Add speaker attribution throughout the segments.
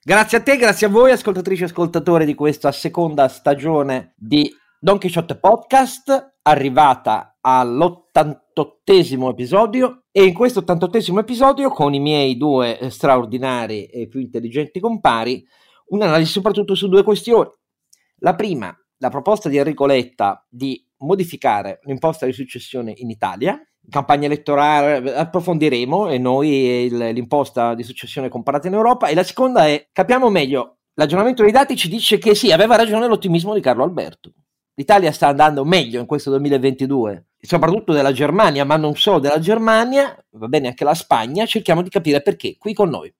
Speaker 1: Grazie a te, grazie a voi ascoltatrici e ascoltatori di questa seconda stagione di Don Chisciotte Podcast, arrivata all'88esimo episodio, e in questo 88esimo episodio, con i miei due straordinari e più intelligenti compari, un'analisi soprattutto su due questioni. La prima, la proposta di Enrico Letta di modificare l'imposta di successione in Italia. In campagna elettorale approfondiremo e noi l'imposta di successione comparata in Europa. E la seconda è, capiamo meglio, l'aggiornamento dei dati ci dice che sì, aveva ragione l'ottimismo di Carlo Alberto. L'Italia sta andando meglio in questo 2022, soprattutto della Germania, ma non solo della Germania, va bene anche la Spagna. Cerchiamo di capire perché, qui con noi.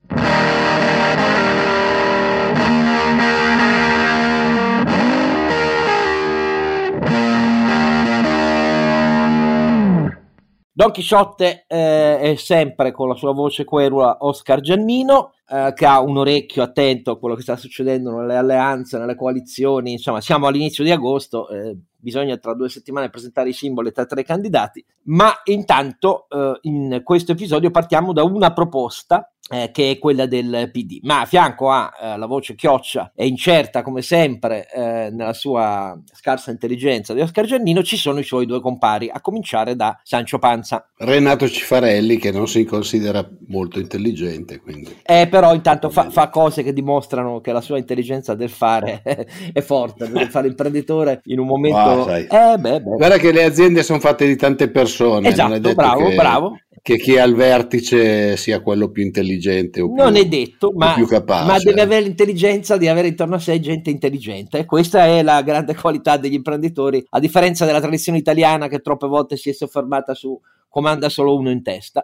Speaker 1: Don Chisciotte è sempre con la sua voce querula Oscar Giannino, che ha un orecchio attento a quello che sta succedendo nelle alleanze, nelle coalizioni. Insomma, siamo all'inizio di agosto, bisogna tra 2 settimane presentare i simboli tra 3 candidati, ma intanto in questo episodio partiamo da una proposta che è quella del PD, ma a fianco a la voce chioccia e incerta come sempre nella sua scarsa intelligenza di Oscar Giannino ci sono i suoi due compari, a cominciare da Sancio Panza.
Speaker 2: Renato Cifarelli, che non si considera molto intelligente, quindi
Speaker 1: però intanto fa cose che dimostrano che la sua intelligenza del fare è forte, del fare imprenditore in un momento
Speaker 2: guarda che le aziende sono fatte di tante persone,
Speaker 1: esatto,
Speaker 2: non è detto
Speaker 1: bravo
Speaker 2: che chi è al vertice sia quello più intelligente o più,
Speaker 1: non è detto, ma,
Speaker 2: più capace,
Speaker 1: ma deve avere l'intelligenza di avere intorno a sé gente intelligente, e questa è la grande qualità degli imprenditori, a differenza della tradizione italiana che troppe volte si è soffermata su comanda solo uno in testa.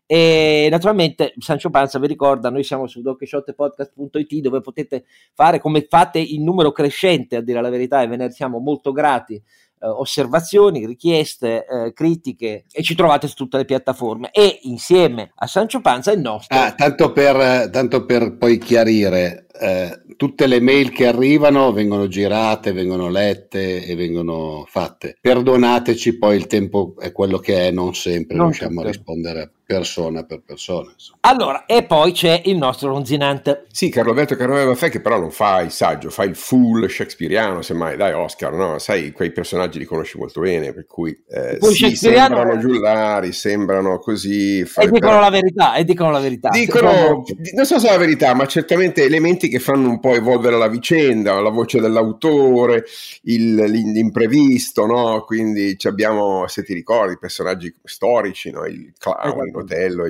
Speaker 1: E naturalmente Sancio Panza vi ricorda, noi siamo su donchisciottepodcast.it, dove potete fare, come fate in numero crescente a dire la verità, e ve ne siamo molto grati, osservazioni, richieste, critiche, e ci trovate su tutte le piattaforme. E insieme a Sancio Panza il nostro
Speaker 2: tanto per poi chiarire, tutte le mail che arrivano vengono girate, vengono lette e vengono fatte. Perdonateci, poi il tempo è quello che è, non sempre riusciamo a rispondere persona per persona, insomma.
Speaker 1: Allora, e poi c'è il nostro ronzinante.
Speaker 3: Sì, Carlo Alberto Carnevale Maffè, che però non fa il saggio, fa il full shakespeariano, semmai, dai Oscar, no? Sai, quei personaggi li conosci molto bene, per cui sì, sembrano giullari, sembrano così.
Speaker 1: E dicono la verità.
Speaker 3: Dicono, non so se è la verità, ma certamente elementi che fanno un po' evolvere la vicenda, la voce dell'autore, l'imprevisto, no? Quindi abbiamo, se ti ricordi, personaggi storici, no? Il clown in Otello,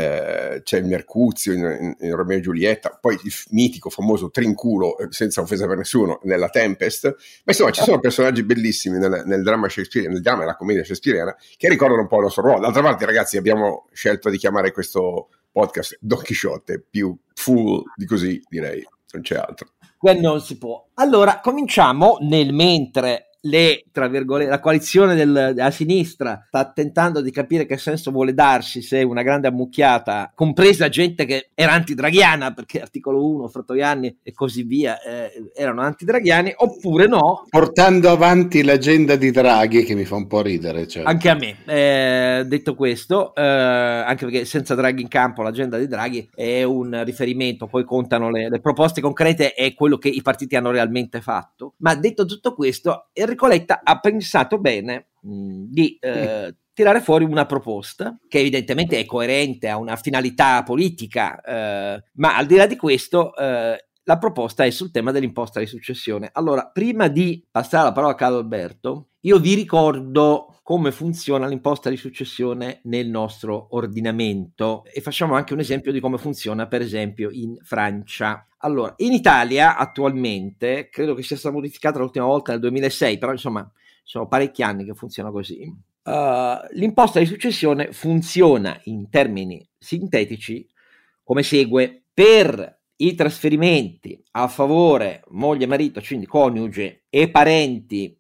Speaker 3: c'è il Mercuzio in Romeo e Giulietta, poi il mitico, famoso Trinculo, senza offesa per nessuno, nella Tempest. Ma insomma, ci sono personaggi bellissimi nel dramma shakespeariano, nel dramma e la commedia shakespeariana, che ricordano un po' il nostro ruolo. D'altra parte, ragazzi, abbiamo scelto di chiamare questo podcast Don Chisciotte, più full di così, direi, non c'è altro.
Speaker 1: Non si può. Allora, cominciamo nel mentre tra virgolette, la coalizione della sinistra sta tentando di capire che senso vuole darsi, se una grande ammucchiata, compresa gente che era antidraghiana, perché articolo 1, Fratoianni e così via erano antidraghiani, oppure no,
Speaker 2: portando avanti l'agenda di Draghi, che mi fa un po' ridere, certo.
Speaker 1: Anche a me, detto questo, anche perché senza Draghi in campo l'agenda di Draghi è un riferimento, poi contano le proposte concrete e quello che i partiti hanno realmente fatto. Ma detto tutto questo, Enrico Letta ha pensato bene di tirare fuori una proposta che evidentemente è coerente, ha una finalità politica, ma al di là di questo la proposta è sul tema dell'imposta di successione. Allora, prima di passare la parola a Carlo Alberto, io vi ricordo come funziona l'imposta di successione nel nostro ordinamento e facciamo anche un esempio di come funziona per esempio in Francia. Allora, in Italia attualmente, credo che sia stata modificata l'ultima volta nel 2006, però insomma sono parecchi anni che funziona così. L'imposta di successione funziona in termini sintetici come segue: per i trasferimenti a favore moglie, marito, quindi coniuge e parenti,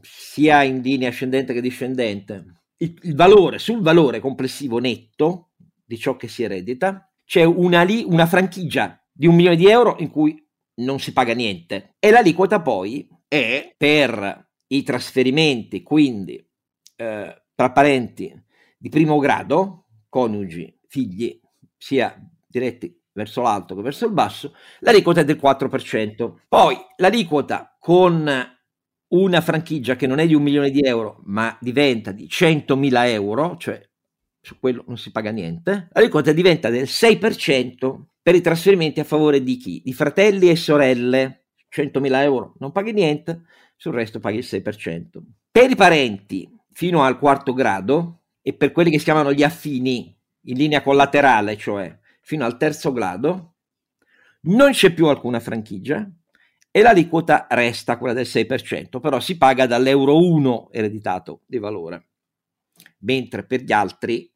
Speaker 1: sia in linea ascendente che discendente, il valore, sul valore complessivo netto di ciò che si eredita, c'è una franchigia di 1 milione di euro in cui non si paga niente, e l'aliquota poi è per i trasferimenti, quindi tra parenti di primo grado, coniugi, figli, sia diretti verso l'alto che verso il basso, l'aliquota è del 4%. Poi l'aliquota con una franchigia che non è di 1 milione di euro, ma diventa di 100.000 euro, cioè su quello non si paga niente, l'aliquota diventa del 6% per i trasferimenti a favore di chi? Di fratelli e sorelle. 100.000 euro non paghi niente, sul resto paghi il 6%. Per i parenti fino al 4° grado e per quelli che si chiamano gli affini in linea collaterale, cioè fino al 3° grado, non c'è più alcuna franchigia e l'aliquota resta quella del 6%, però si paga dall'euro 1 ereditato di valore, mentre per gli altri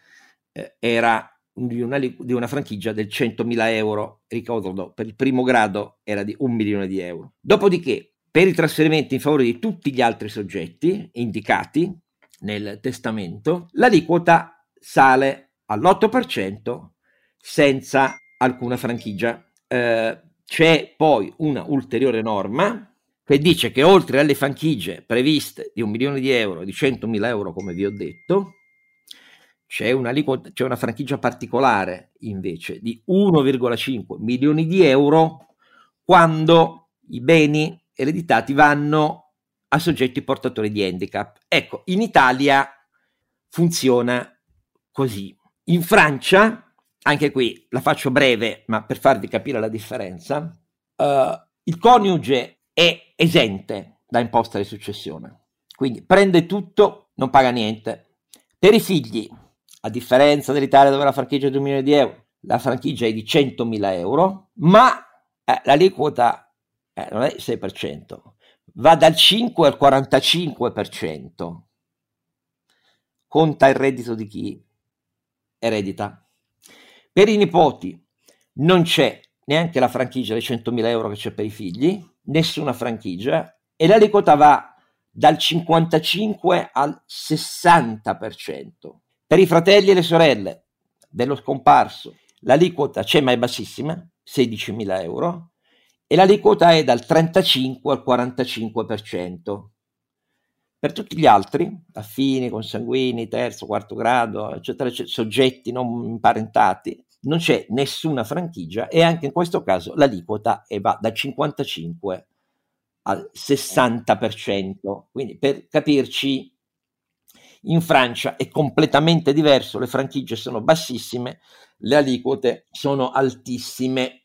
Speaker 1: era di una franchigia del 100.000 euro, ricordo, per il 1° grado era di 1 milione di euro. Dopodiché, per i trasferimenti in favore di tutti gli altri soggetti indicati nel testamento, l'aliquota sale all'8% senza alcuna franchigia. C'è poi una ulteriore norma che dice che oltre alle franchigie previste di 1 milione di euro e di 100.000 euro, come vi ho detto, c'è una franchigia particolare invece di 1,5 milioni di euro quando i beni ereditati vanno a soggetti portatori di handicap. Ecco, in Italia funziona così. In Francia, anche qui la faccio breve, ma per farvi capire la differenza, il coniuge è esente da imposta di successione, quindi prende tutto, non paga niente. Per i figli, a differenza dell'Italia dove la franchigia è di 1 milione di euro, la franchigia è di 100.000 euro, ma l'aliquota non è il 6%, va dal 5 al 45%. Conta il reddito di chi eredita. Per i nipoti non c'è neanche la franchigia dei 100.000 euro che c'è per i figli, nessuna franchigia, e l'aliquota va dal 55 al 60%. Per i fratelli e le sorelle dello scomparso l'aliquota c'è ma è bassissima, 16.000 euro, e l'aliquota è dal 35 al 45%. Per tutti gli altri, affini, consanguini, 3°, 4° grado, eccetera, soggetti non imparentati, non c'è nessuna franchigia e anche in questo caso l'aliquota va dal 55 al 60%. Quindi per capirci, in Francia è completamente diverso, le franchigie sono bassissime, le aliquote sono altissime.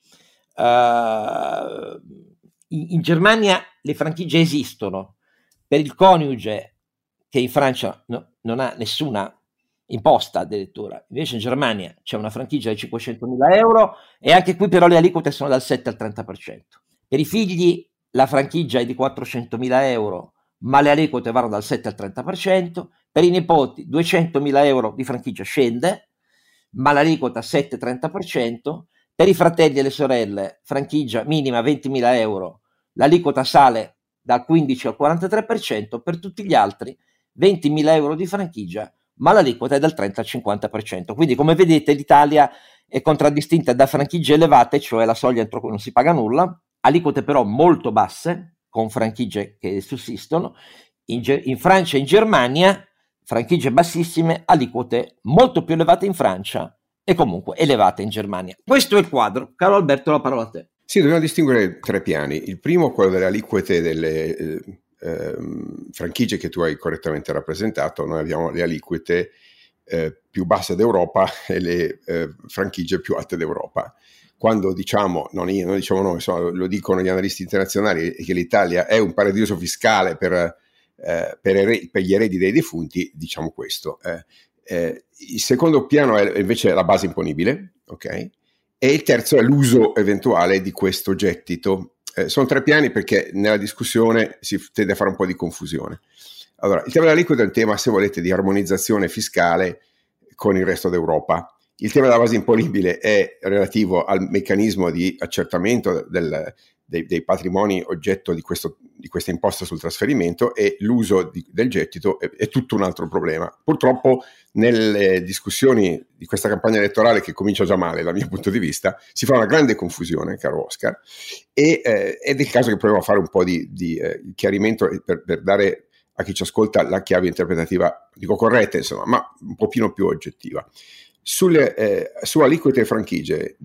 Speaker 1: In Germania le franchigie esistono per il coniuge che in Francia non ha nessuna imposta addirittura, invece in Germania c'è una franchigia di 500.000 euro e anche qui però le aliquote sono dal 7 al 30%. Per i figli la franchigia è di 400.000 euro, ma le aliquote vanno dal 7 al 30%, per i nipoti 200.000 euro di franchigia scende, ma l'aliquota 7-30%, per i fratelli e le sorelle franchigia minima 20.000 euro, l'aliquota sale dal 15 al 43%, per tutti gli altri 20.000 euro di franchigia, ma l'aliquota è dal 30 al 50%. Quindi come vedete l'Italia è contraddistinta da franchigie elevate, cioè la soglia entro cui non si paga nulla, aliquote però molto basse, con franchigie che sussistono. In Francia e in Germania franchigie bassissime, aliquote molto più elevate in Francia e comunque elevate in Germania. Questo è il quadro. Caro Alberto, la parola a te.
Speaker 3: Sì, dobbiamo distinguere 3 piani. Il primo, quello delle aliquote delle franchigie che tu hai correttamente rappresentato. Noi abbiamo le aliquote più basse d'Europa e le franchigie più alte d'Europa. Quando diciamo, non diciamo noi, insomma, lo dicono gli analisti internazionali, che l'Italia è un paradiso fiscale per gli eredi dei defunti, diciamo questo. Il secondo piano è invece la base imponibile, ok? E il terzo è l'uso eventuale di questo gettito. Sono 3 piani perché nella discussione si tende a fare un po' di confusione. Allora, il tema della aliquota è un tema, se volete, di armonizzazione fiscale con il resto d'Europa. Il tema della base imponibile è relativo al meccanismo di accertamento dei patrimoni oggetto di questa imposta sul trasferimento, e l'uso del gettito è tutto un altro problema. Purtroppo nelle discussioni di questa campagna elettorale, che comincia già male dal mio punto di vista, si fa una grande confusione, caro Oscar, ed è il caso che proviamo a fare un po' di chiarimento per dare a chi ci ascolta la chiave interpretativa, dico corretta, insomma, ma un pochino più oggettiva. su aliquote e franchigie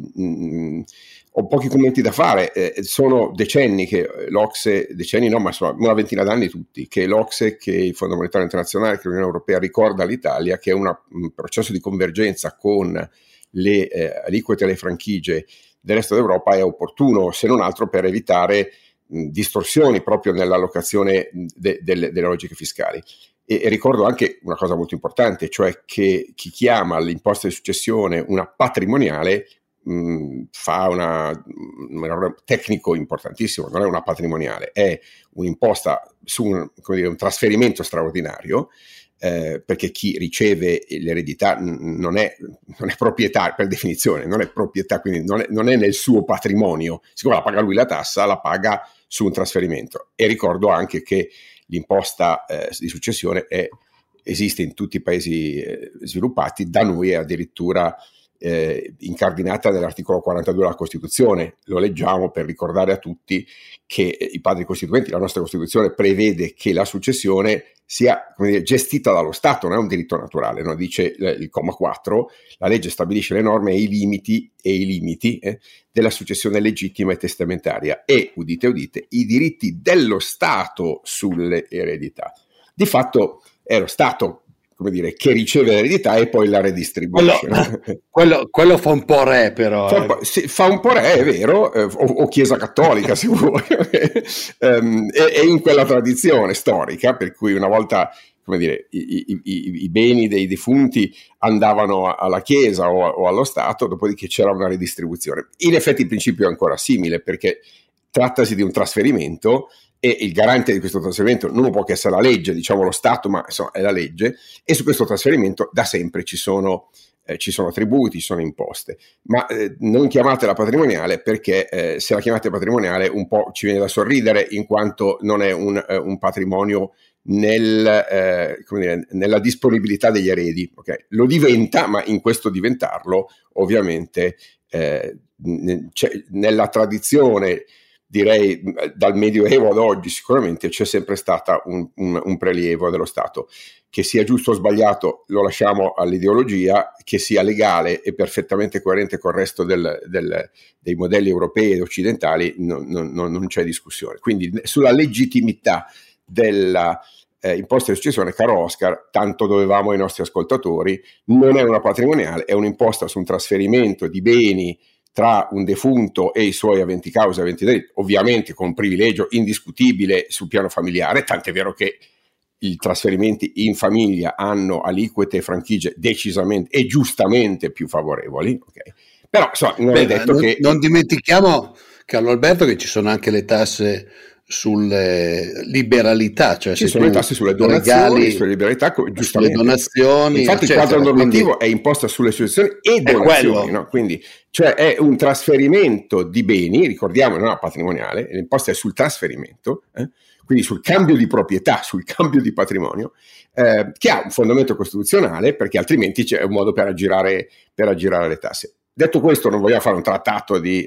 Speaker 3: ho pochi commenti da fare. Sono decenni che l'Ocse, decenni no, ma insomma una ventina d'anni tutti, che l'Ocse, che il Fondo Monetario Internazionale, che l'Unione Europea ricorda all'Italia che è un processo di convergenza con le aliquote e le franchigie del resto d'Europa è opportuno, se non altro per evitare distorsioni proprio nell'allocazione delle logiche fiscali. E ricordo anche una cosa molto importante, cioè che chi chiama l'imposta di successione una patrimoniale fa un errore tecnico importantissimo. Non è una patrimoniale, è un'imposta su un trasferimento straordinario, perché chi riceve l'eredità non è proprietario per definizione, non è proprietà, quindi non è nel suo patrimonio. Siccome la paga lui la tassa, la paga su un trasferimento. E ricordo anche che l'imposta di successione esiste in tutti i paesi sviluppati, da noi è addirittura incardinata nell'articolo 42 della Costituzione. Lo leggiamo per ricordare a tutti che i padri costituenti, la nostra Costituzione prevede che la successione sia, come dire, gestita dallo Stato, non è un diritto naturale, no? Dice il comma 4, la legge stabilisce le norme e i limiti della successione legittima e testamentaria e, udite udite, i diritti dello Stato sulle eredità. Di fatto è lo Stato, come dire, che riceve l'eredità e poi la redistribuisce.
Speaker 2: Quello fa un po' re, però.
Speaker 3: Fa un po' re, è vero, o Chiesa Cattolica, se vuoi. È in quella tradizione storica, per cui una volta, come dire, i beni dei defunti andavano alla Chiesa o allo Stato, dopodiché c'era una redistribuzione. In effetti il principio è ancora simile, perché trattasi di un trasferimento e il garante di questo trasferimento non può che essere la legge, diciamo lo Stato, ma insomma è la legge, e su questo trasferimento da sempre ci sono tributi, ci sono imposte, ma non chiamatela patrimoniale, perché se la chiamate patrimoniale un po' ci viene da sorridere, in quanto non è un patrimonio nella disponibilità degli eredi. Okay? Lo diventa, ma in questo diventarlo ovviamente nella tradizione, direi dal Medioevo ad oggi, sicuramente c'è sempre stata un prelievo dello Stato. Che sia giusto o sbagliato lo lasciamo all'ideologia, che sia legale e perfettamente coerente col resto dei modelli europei ed occidentali non c'è discussione. Quindi sulla legittimità della imposta di successione, caro Oscar, tanto dovevamo ai nostri ascoltatori, non è una patrimoniale, è un'imposta su un trasferimento di beni tra un defunto e i suoi aventi causa e aventi diritto, ovviamente con un privilegio indiscutibile sul piano familiare, tant'è vero che i trasferimenti in famiglia hanno aliquote e franchigie decisamente e giustamente più favorevoli, okay? Però insomma, è detto che...
Speaker 2: Non dimentichiamo, Carlo Alberto, che ci sono anche le tasse sulle liberalità, cioè
Speaker 3: ci sono le tasse sulle donazioni, sulle liberalità, giustamente.
Speaker 2: Sulle donazioni,
Speaker 3: infatti il quadro normativo è imposta sulle successioni e donazioni, no? Quindi, cioè è un trasferimento di beni, ricordiamo, non è una patrimoniale, l'imposta è sul trasferimento, quindi sul cambio di proprietà, sul cambio di patrimonio, che ha un fondamento costituzionale, perché altrimenti c'è un modo per aggirare le tasse. Detto questo, non vogliamo fare un trattato di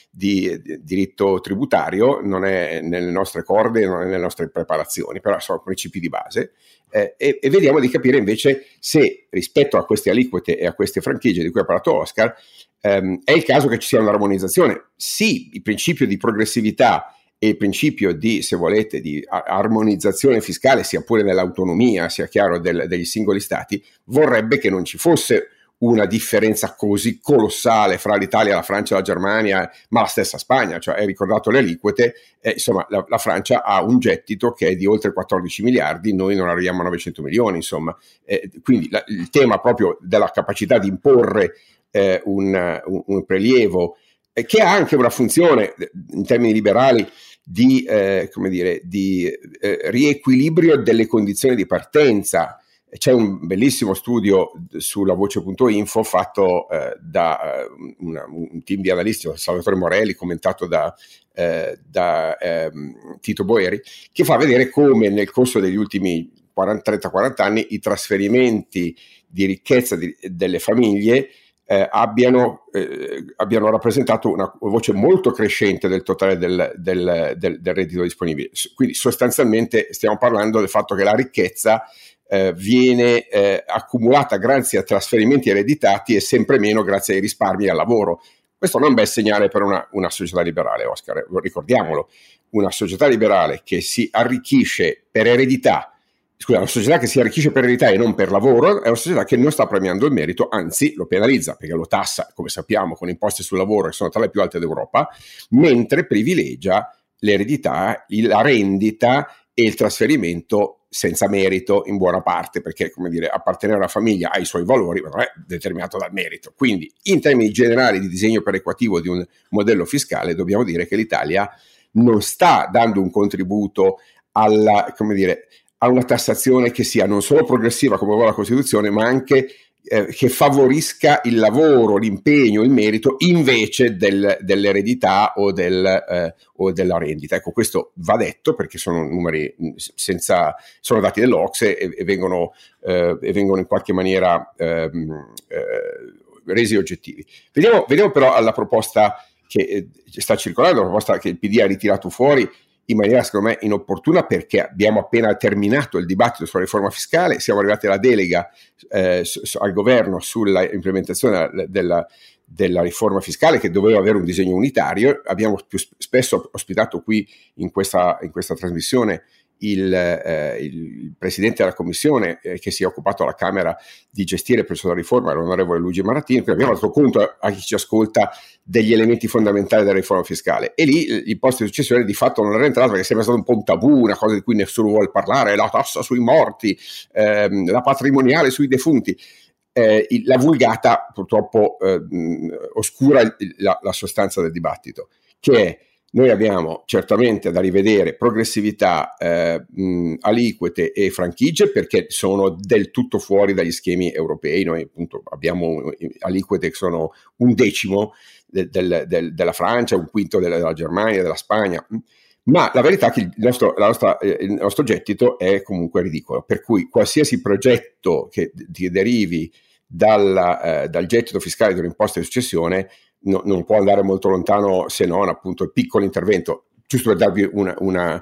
Speaker 3: diritto tributario, non è nelle nostre corde, non è nelle nostre preparazioni, però sono principi di base, e vediamo di capire invece se rispetto a queste aliquote e a queste franchigie di cui ha parlato Oscar, è il caso che ci sia un'armonizzazione. Sì, il principio di progressività e il principio di, se volete, di armonizzazione fiscale, sia pure nell'autonomia, sia chiaro, degli singoli stati, vorrebbe che non ci fosse una differenza così colossale fra l'Italia, la Francia, la Germania, ma la stessa Spagna. Cioè, hai ricordato le aliquote, insomma la Francia ha un gettito che è di oltre 14 miliardi, noi non arriviamo a 900 milioni, insomma. Quindi il tema proprio della capacità di imporre un prelievo, che ha anche una funzione in termini liberali di riequilibrio delle condizioni di partenza. C'è un bellissimo studio sulla voce.info fatto da un team di analisti, Salvatore Morelli, commentato da Tito Boeri, che fa vedere come nel corso degli ultimi 30-40 anni i trasferimenti di ricchezza delle famiglie abbiano rappresentato una voce molto crescente del totale del reddito disponibile. Quindi sostanzialmente stiamo parlando del fatto che la ricchezza viene accumulata grazie a trasferimenti ereditati e sempre meno grazie ai risparmi e al lavoro. Questo non è un bel segnale per una società liberale, Oscar, ricordiamolo. Una società liberale che si arricchisce per eredità, una società che si arricchisce per eredità e non per lavoro, è una società che non sta premiando il merito, anzi lo penalizza, perché lo tassa, come sappiamo, con imposte sul lavoro che sono tra le più alte d'Europa, mentre privilegia l'eredità, la rendita e il trasferimento senza merito in buona parte, perché, come dire, appartenere alla famiglia ha i suoi valori, ma non è determinato dal merito. Quindi, in termini generali di disegno perequativo di un modello fiscale, dobbiamo dire che l'Italia non sta dando un contributo alla, come dire, a una tassazione che sia non solo progressiva come vuole la Costituzione, ma anche che favorisca il lavoro, l'impegno, il merito invece dell'eredità o della rendita. Ecco, questo va detto perché sono numeri sono dati dell'OCSE e vengono in qualche maniera resi oggettivi. Vediamo però alla proposta che sta circolando, la proposta che il PD ha ritirato fuori in maniera secondo me inopportuna, perché abbiamo appena terminato il dibattito sulla riforma fiscale, siamo arrivati alla delega al governo sulla implementazione della riforma fiscale che doveva avere un disegno unitario. Abbiamo più spesso ospitato qui in questa trasmissione il presidente della commissione che si è occupato alla Camera di gestire il processo della riforma, l'onorevole Luigi Marattini, quindi abbiamo dato conto a chi ci ascolta degli elementi fondamentali della riforma fiscale, e lì l'imposta di successione di fatto non era entrata perché è sempre stato un po' un tabù, una cosa di cui nessuno vuole parlare, la tassa sui morti, la patrimoniale sui defunti. La vulgata purtroppo oscura la sostanza del dibattito, che è: noi abbiamo certamente da rivedere progressività, aliquote e franchigie, perché sono del tutto fuori dagli schemi europei. Noi appunto abbiamo aliquote che sono 1/10 della Francia, 1/5 della Germania, della Spagna, ma la verità è che il nostro gettito è comunque ridicolo, per cui qualsiasi progetto che derivi dal gettito fiscale di un'imposta di successione non può andare molto lontano, se non appunto il piccolo intervento. Giusto per darvi una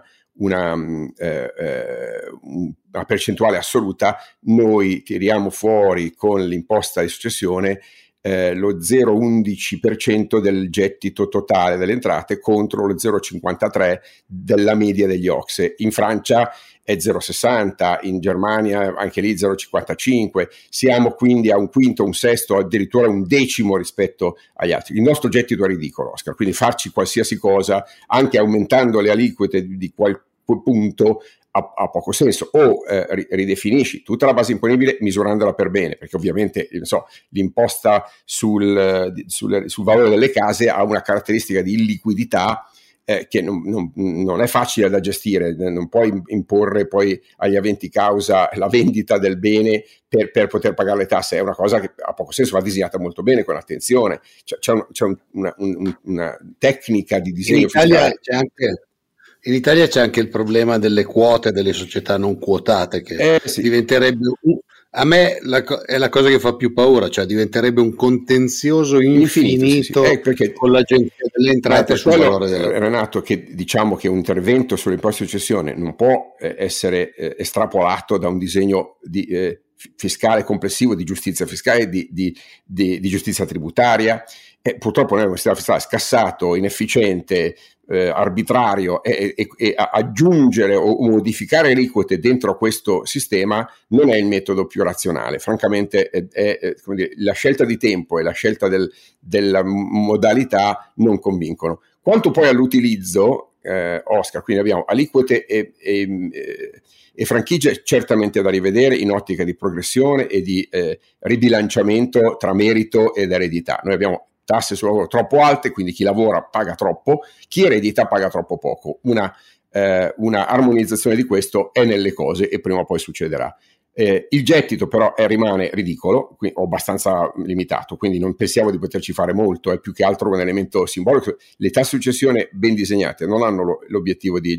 Speaker 3: percentuale assoluta, noi tiriamo fuori con l'imposta di successione lo 0,11% del gettito totale delle entrate contro lo 0,53% della media degli OCSE. In Francia è 0,60%, in Germania anche lì 0,55%, siamo quindi a 1/5, 1/6, addirittura 1/10 rispetto agli altri. Il nostro gettito è ridicolo, Oscar, quindi farci qualsiasi cosa, anche aumentando le aliquote di qualche punto, ha poco senso. O ridefinisci tutta la base imponibile misurandola per bene, perché ovviamente l'imposta sul valore delle case ha una caratteristica di illiquidità che non è facile da gestire. Non puoi imporre poi agli aventi causa la vendita del bene per poter pagare le tasse. È una cosa che ha poco senso, va disegnata molto bene, con attenzione. C'è una tecnica di disegno fiscale.
Speaker 2: In Italia c'è anche il problema delle quote delle società non quotate, che diventerebbe, a me è la cosa che fa più paura, cioè diventerebbe un contenzioso infinito
Speaker 3: perché
Speaker 2: con l'Agenzia delle Entrate sul valore della...
Speaker 3: Renato, che diciamo che un intervento sull'imposta di successione non può essere estrapolato da un disegno fiscale complessivo, di giustizia fiscale, di giustizia tributaria. Purtroppo noi abbiamo un sistema fiscale scassato, inefficiente, arbitrario, e aggiungere o modificare aliquote dentro a questo sistema non è il metodo più razionale. Francamente come dire, la scelta di tempo e la scelta della modalità non convincono. Quanto poi all'utilizzo, Oscar, quindi abbiamo aliquote e franchigie certamente da rivedere in ottica di progressione e di ribilanciamento tra merito ed eredità. Noi abbiamo tasse sul lavoro troppo alte, quindi chi lavora paga troppo, chi eredita paga troppo poco. Una armonizzazione di questo è nelle cose e prima o poi succederà. Il gettito però rimane ridicolo o abbastanza limitato, quindi non pensiamo di poterci fare molto, è più che altro un elemento simbolico. Le tasse di successione ben disegnate non hanno l'obiettivo di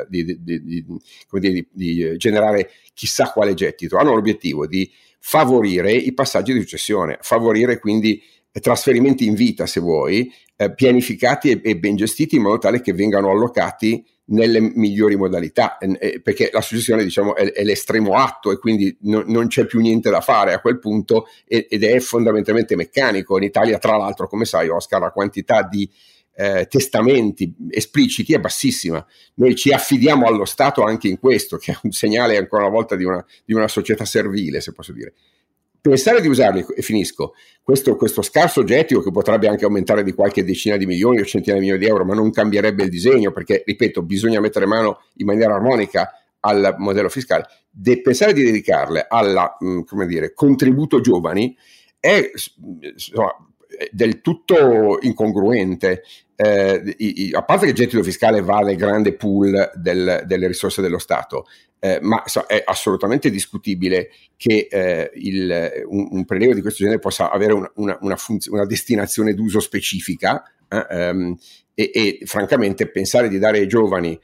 Speaker 3: generare chissà quale gettito, hanno l'obiettivo di favorire i passaggi di successione, favorire quindi trasferimenti in vita, se vuoi, pianificati e ben gestiti, in modo tale che vengano allocati nelle migliori modalità, perché la successione, diciamo, è l'estremo atto, e quindi non c'è più niente da fare a quel punto, ed è fondamentalmente meccanico. In Italia, tra l'altro, come sai, Oscar, la quantità di testamenti espliciti è bassissima. Noi ci affidiamo allo Stato anche in questo, che è un segnale ancora una volta di una società servile, se posso dire. Pensare di usarli, e finisco, questo scarso gettito, che potrebbe anche aumentare di qualche decina di milioni o centinaia di milioni di euro, ma non cambierebbe il disegno, perché, ripeto, bisogna mettere mano in maniera armonica al modello fiscale. Pensare di dedicarle alla, come dire, contributo giovani è, insomma, del tutto incongruente. A parte che il gettito fiscale va nel grande pool delle risorse dello Stato, ma è assolutamente discutibile che un prelievo di questo genere possa avere una destinazione d'uso specifica, e francamente pensare di dare ai giovani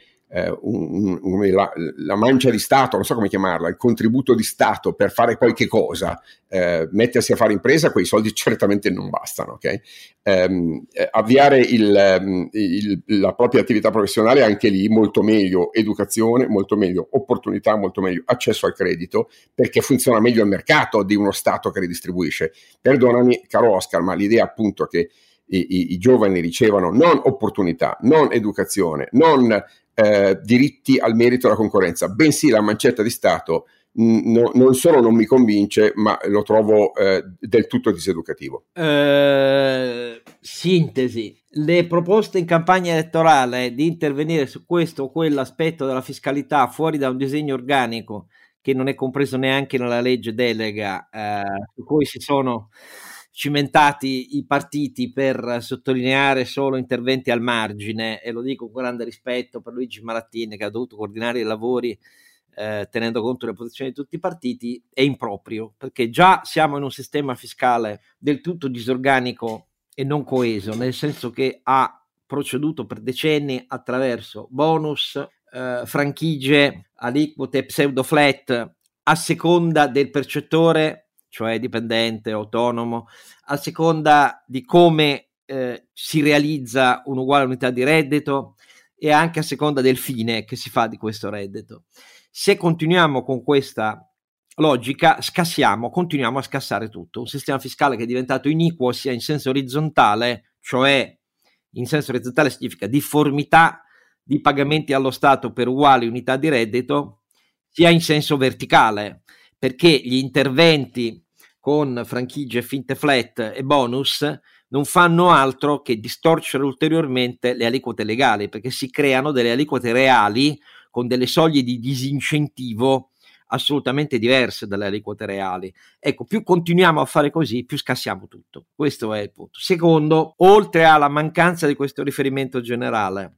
Speaker 3: la mancia di Stato, non so come chiamarla, il contributo di Stato per fare qualche cosa, mettersi a fare impresa, quei soldi certamente non bastano, ok? Avviare la propria attività professionale, anche lì molto meglio educazione, molto meglio opportunità, molto meglio accesso al credito, perché funziona meglio il mercato di uno Stato che ridistribuisce. Perdonami, caro Oscar, ma l'idea appunto che i giovani ricevano non opportunità, non educazione, non diritti al merito e alla concorrenza, bensì la mancetta di Stato, non solo non mi convince, ma lo trovo del tutto diseducativo.
Speaker 1: Sintesi: le proposte in campagna elettorale di intervenire su questo o quell'aspetto della fiscalità fuori da un disegno organico che non è compreso neanche nella legge delega, su cui si sono cimentati i partiti per sottolineare solo interventi al margine, e lo dico con grande rispetto per Luigi Marattini, che ha dovuto coordinare i lavori tenendo conto delle posizioni di tutti i partiti, è improprio, perché già siamo in un sistema fiscale del tutto disorganico e non coeso, nel senso che ha proceduto per decenni attraverso bonus, franchigie, aliquote pseudo flat a seconda del percettore, cioè dipendente, autonomo, a seconda di come si realizza un'uguale unità di reddito e anche a seconda del fine che si fa di questo reddito. Se continuiamo con questa logica, continuiamo a scassare tutto. Un sistema fiscale che è diventato iniquo sia in senso orizzontale, cioè in senso orizzontale significa difformità di pagamenti allo Stato per uguali unità di reddito, sia in senso verticale, perché gli interventi con franchigie, finte flat e bonus non fanno altro che distorcere ulteriormente le aliquote legali, perché si creano delle aliquote reali con delle soglie di disincentivo assolutamente diverse dalle aliquote reali. Ecco, più continuiamo a fare così, più scassiamo tutto. Questo è il punto. Secondo, oltre alla mancanza di questo riferimento generale,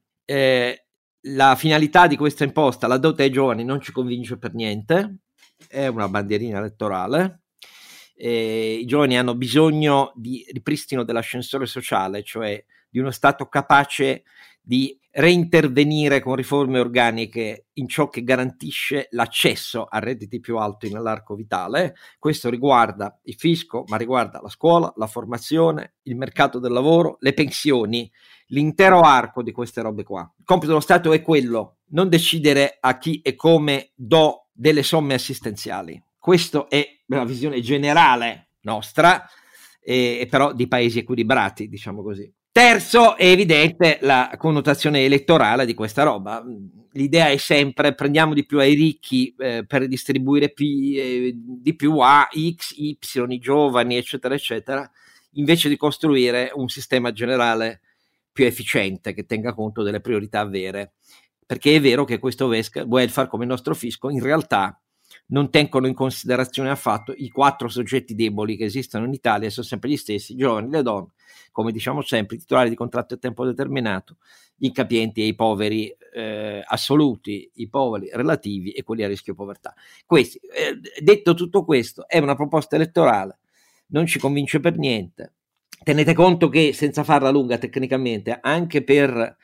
Speaker 1: la finalità di questa imposta, la dote ai giovani, non ci convince per niente, è una bandierina elettorale. I giovani hanno bisogno di ripristino dell'ascensore sociale, cioè di uno Stato capace di reintervenire con riforme organiche in ciò che garantisce l'accesso a redditi più alti nell'arco vitale. Questo riguarda il fisco, ma riguarda la scuola, la formazione, il mercato del lavoro, le pensioni, l'intero arco di queste robe qua. Il compito dello Stato è quello, non decidere a chi e come do delle somme assistenziali. Questa è la visione generale nostra, però di paesi equilibrati, diciamo così. Terzo, è evidente la connotazione elettorale di questa roba. L'idea è sempre: prendiamo di più ai ricchi per distribuire di più a X, Y, i giovani, eccetera, eccetera, invece di costruire un sistema generale più efficiente che tenga conto delle priorità vere. Perché è vero che questo welfare, come il nostro fisco, in realtà non tengono in considerazione affatto i 4 soggetti deboli che esistono in Italia, sono sempre gli stessi: i giovani, le donne, come diciamo sempre, i titolari di contratto a tempo determinato, gli incapienti e i poveri assoluti, i poveri relativi e quelli a rischio povertà. Detto tutto questo, è una proposta elettorale, non ci convince per niente. Tenete conto che, senza farla lunga tecnicamente, anche per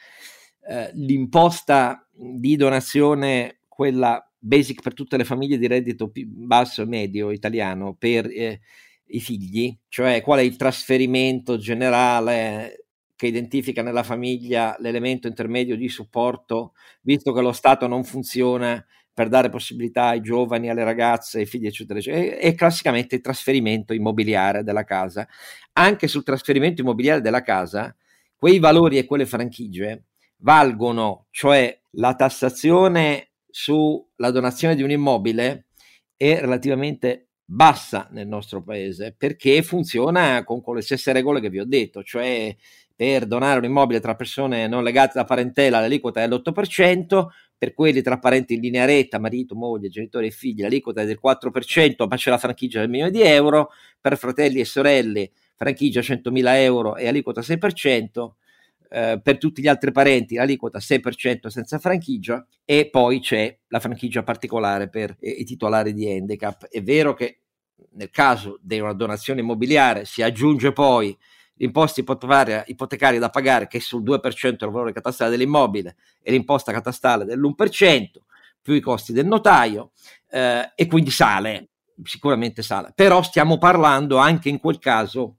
Speaker 1: l'imposta di donazione, quella basic per tutte le famiglie di reddito basso e medio italiano, per i figli, cioè qual è il trasferimento generale che identifica nella famiglia l'elemento intermedio di supporto, visto che lo Stato non funziona per dare possibilità ai giovani, alle ragazze, ai figli, eccetera, eccetera. È classicamente il trasferimento immobiliare della casa. Anche sul trasferimento immobiliare della casa, quei valori e quelle franchigie valgono, cioè la tassazione sulla donazione di un immobile è relativamente bassa nel nostro paese, perché funziona con le stesse regole che vi ho detto, cioè per donare un immobile tra persone non legate da parentela l'aliquota è dell'8%, per quelli tra parenti in linea retta, marito, moglie, genitori e figli, l'aliquota è del 4%, ma c'è la franchigia del €1.000.000, per fratelli e sorelle franchigia 100.000 euro e aliquota 6%, per tutti gli altri parenti l'aliquota 6% senza franchigia, e poi c'è la franchigia particolare per i titolari di handicap. È vero che nel caso di una donazione immobiliare si aggiunge poi l'imposta ipotecaria da pagare, che è sul 2% del valore catastale dell'immobile, e l'imposta catastale dell'1%, più i costi del notaio, e quindi sicuramente sale. Però stiamo parlando anche in quel caso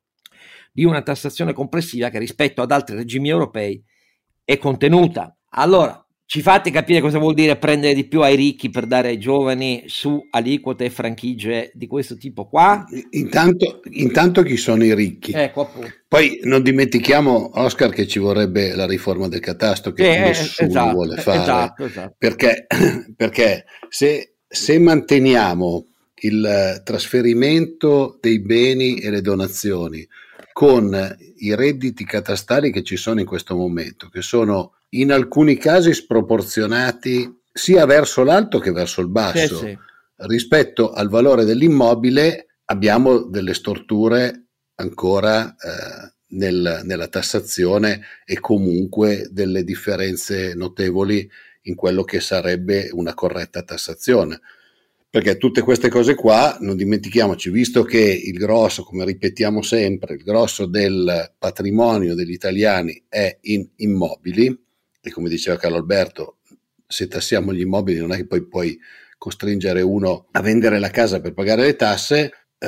Speaker 1: di una tassazione complessiva che rispetto ad altri regimi europei è contenuta. Allora, ci fate capire cosa vuol dire prendere di più ai ricchi per dare ai giovani su aliquote e franchigie di questo tipo qua?
Speaker 2: Intanto chi sono i ricchi?
Speaker 1: Ecco, appunto.
Speaker 2: Poi non dimentichiamo, Oscar, che ci vorrebbe la riforma del catasto che nessuno vuole fare.
Speaker 1: Esatto.
Speaker 2: Perché se manteniamo il trasferimento dei beni e le donazioni con i redditi catastali che ci sono in questo momento, che sono in alcuni casi sproporzionati sia verso l'alto che verso il basso,
Speaker 1: sì.
Speaker 2: Rispetto al valore dell'immobile, abbiamo delle storture ancora nella tassazione e comunque delle differenze notevoli in quello che sarebbe una corretta tassazione. Perché tutte queste cose qua, non dimentichiamoci, visto che il grosso, come ripetiamo sempre, il grosso del patrimonio degli italiani è in immobili, e come diceva Carlo Alberto, se tassiamo gli immobili non è che poi puoi costringere uno a vendere la casa per pagare le tasse,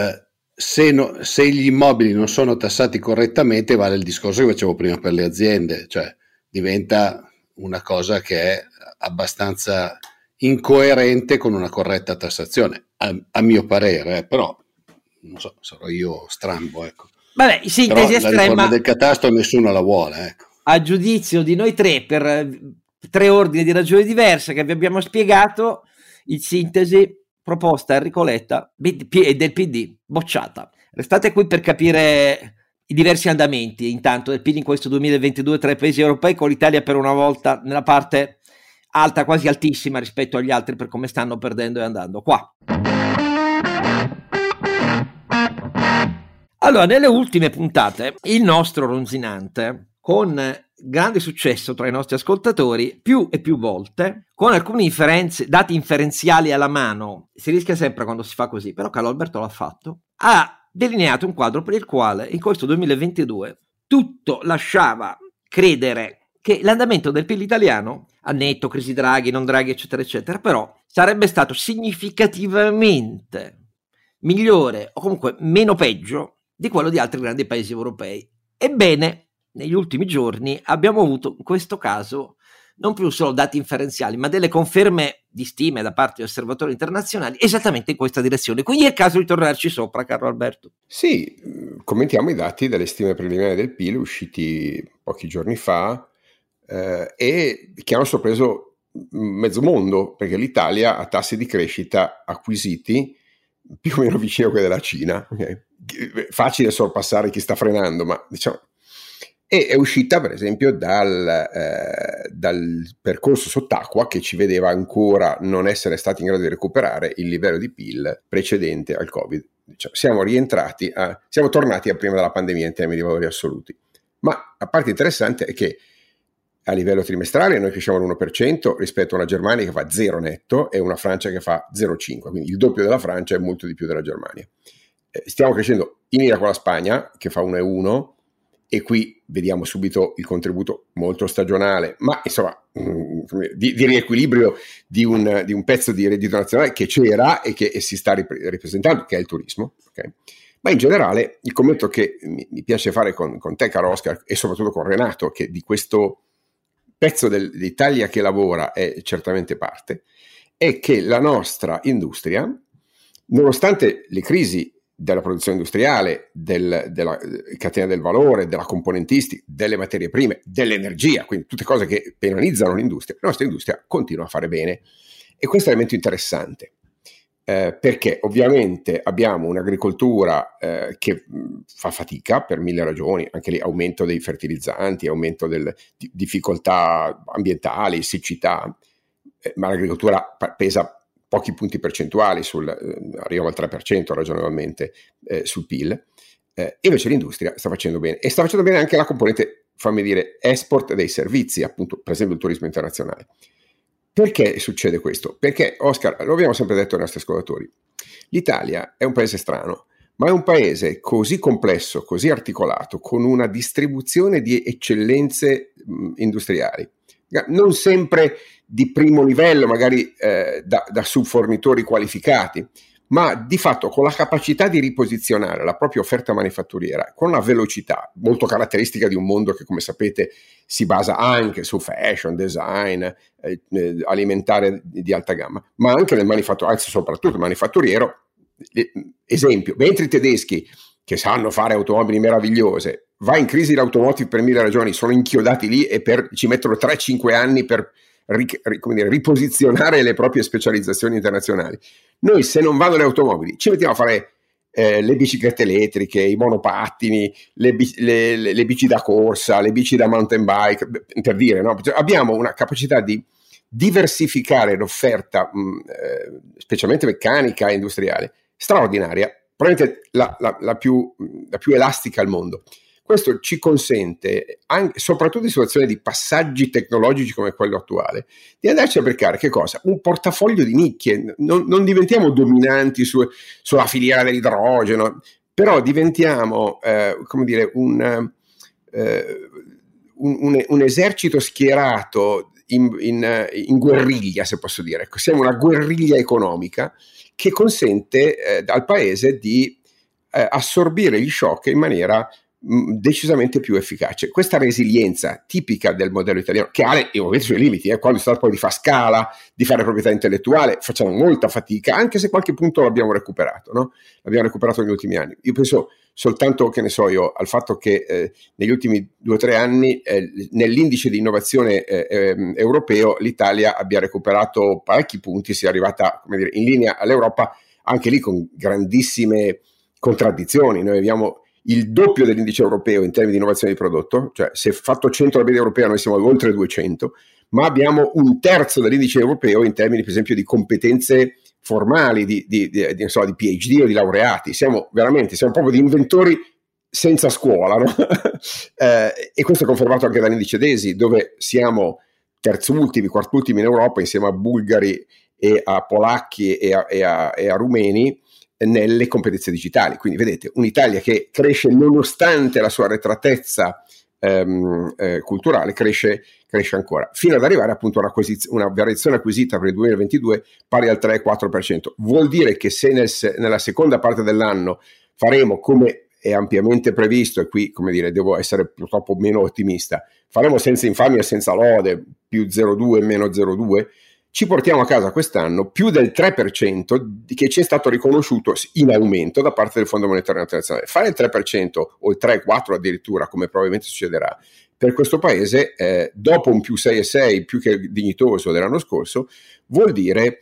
Speaker 2: se gli immobili non sono tassati correttamente vale il discorso che facevo prima per le aziende, cioè diventa una cosa che è abbastanza incoerente con una corretta tassazione, a mio parere, però non so, sarò io strambo, ecco.
Speaker 1: Vabbè, sintesi estrema.
Speaker 2: La riforma del catasto nessuno la vuole, ecco.
Speaker 1: A giudizio di noi tre, per 3 ordini di ragioni diverse che vi abbiamo spiegato, in sintesi, proposta Enrico Letta del PD, bocciata. Restate qui per capire i diversi andamenti, intanto, del PD in questo 2022 tra i paesi europei, con l'Italia per una volta nella parte alta, quasi altissima rispetto agli altri, per come stanno perdendo e andando qua. Allora, nelle ultime puntate, il nostro Ronzinante, con grande successo tra i nostri ascoltatori, più e più volte, con alcuni dati inferenziali alla mano, si rischia sempre quando si fa così, però Carlo Alberto l'ha fatto, ha delineato un quadro per il quale in questo 2022 tutto lasciava credere che l'andamento del PIL italiano, a netto crisi Draghi, non Draghi, eccetera, eccetera, però sarebbe stato significativamente migliore o comunque meno peggio di quello di altri grandi paesi europei. Ebbene, negli ultimi giorni abbiamo avuto in questo caso non più solo dati inferenziali, ma delle conferme di stime da parte di osservatori internazionali esattamente in questa direzione. Quindi è il caso di tornarci sopra, Carlo Alberto.
Speaker 3: Sì, commentiamo i dati delle stime preliminari del PIL usciti pochi giorni fa e che hanno sorpreso mezzo mondo, perché l'Italia ha tassi di crescita acquisiti più o meno vicino a quelli della Cina. Okay? Facile sorpassare chi sta frenando, ma diciamo. E è uscita per esempio dal percorso sott'acqua che ci vedeva ancora non essere stati in grado di recuperare il livello di PIL precedente al Covid. Diciamo, siamo tornati a prima della pandemia in termini di valori assoluti. Ma la parte interessante è che a livello trimestrale noi cresciamo all'1% rispetto a una Germania che fa 0 netto e una Francia che fa 0,5, quindi il doppio della Francia è molto di più della Germania. Stiamo crescendo in linea con la Spagna che fa 1,1, e qui vediamo subito il contributo molto stagionale, ma insomma di riequilibrio di un pezzo di reddito nazionale che c'era e che si sta ripresentando, che è il turismo. Okay? Ma in generale il commento che mi piace fare con te, caro Oscar, e soprattutto con Renato, che di questo pezzo dell'Italia che lavora è certamente parte, è che la nostra industria, nonostante le crisi della produzione industriale, della catena del valore, della componentistica, delle materie prime, dell'energia, quindi tutte cose che penalizzano l'industria, la nostra industria continua a fare bene. E questo è un elemento interessante, perché ovviamente abbiamo un'agricoltura che fa fatica per mille ragioni, anche lì aumento dei fertilizzanti, aumento delle difficoltà ambientali, siccità, ma l'agricoltura pesa pochi punti percentuali, arriva al 3% ragionevolmente sul PIL, e invece l'industria sta facendo bene, e sta facendo bene anche la componente, fammi dire, export dei servizi, appunto, per esempio il turismo internazionale. Perché succede questo? Perché, Oscar, lo abbiamo sempre detto ai nostri ascoltatori, l'Italia è un paese strano, ma è un paese così complesso, così articolato, con una distribuzione di eccellenze industriali, non sempre di primo livello, magari da subfornitori qualificati, ma di fatto con la capacità di riposizionare la propria offerta manifatturiera con una velocità molto caratteristica di un mondo che, come sapete, si basa anche su fashion, design, alimentare di alta gamma, ma anche nel manifatturiero, anzi soprattutto manifatturiero. Esempio, mentre i tedeschi, che sanno fare automobili meravigliose, va in crisi l'automotive per mille ragioni, sono inchiodati lì e ci mettono 3-5 anni per riposizionare le proprie specializzazioni internazionali. Noi, se non vanno le automobili, ci mettiamo a fare le biciclette elettriche, i monopattini, le bici da corsa, le bici da mountain bike, per dire, no? Abbiamo una capacità di diversificare l'offerta, specialmente meccanica e industriale, straordinaria, probabilmente la più elastica al mondo. Questo ci consente, anche, soprattutto in situazioni di passaggi tecnologici come quello attuale, di andarci a beccare che cosa? Un portafoglio di nicchie. Non diventiamo dominanti sulla filiera dell'idrogeno, però diventiamo, come dire, un esercito schierato in guerriglia, se posso dire. Ecco, siamo una guerriglia economica che consente al paese di assorbire gli shock in maniera decisamente più efficace. Questa resilienza tipica del modello italiano, che ha ovviamente i suoi limiti, quando si tratta poi di fare scala, di fare proprietà intellettuale, facciamo molta fatica, anche se qualche punto l'abbiamo recuperato, no? L'abbiamo recuperato negli ultimi anni. Io penso soltanto, che ne so io, al fatto che negli ultimi 2 o 3 anni nell'indice di innovazione europeo l'Italia abbia recuperato parecchi punti, sia arrivata, come dire, in linea all'Europa, anche lì con grandissime contraddizioni. Noi abbiamo il doppio dell'indice europeo in termini di innovazione di prodotto, cioè se fatto 100 la media europea noi siamo oltre 200, ma abbiamo 1/3 dell'indice europeo in termini, per esempio, di competenze formali, di PhD o di laureati. Siamo proprio di inventori senza scuola, no? E questo è confermato anche dall'indice DESI, dove siamo terzultimi, quartultimi in Europa, insieme a bulgari e a polacchi e a rumeni, nelle competenze digitali. Quindi vedete, un'Italia che cresce nonostante la sua arretratezza culturale, cresce ancora, fino ad arrivare appunto a una variazione acquisita per il 2022 pari al 3-4%. Vuol dire che se nella seconda parte dell'anno faremo, come è ampiamente previsto, e qui, come dire, devo essere purtroppo meno ottimista, faremo senza infamia e senza lode più 0,2 meno 0,2, ci portiamo a casa quest'anno più del 3% che ci è stato riconosciuto in aumento da parte del Fondo Monetario Internazionale. Fare il 3% o il 3,4% addirittura, come probabilmente succederà per questo paese, dopo un più 6,6 più che dignitoso dell'anno scorso, vuol dire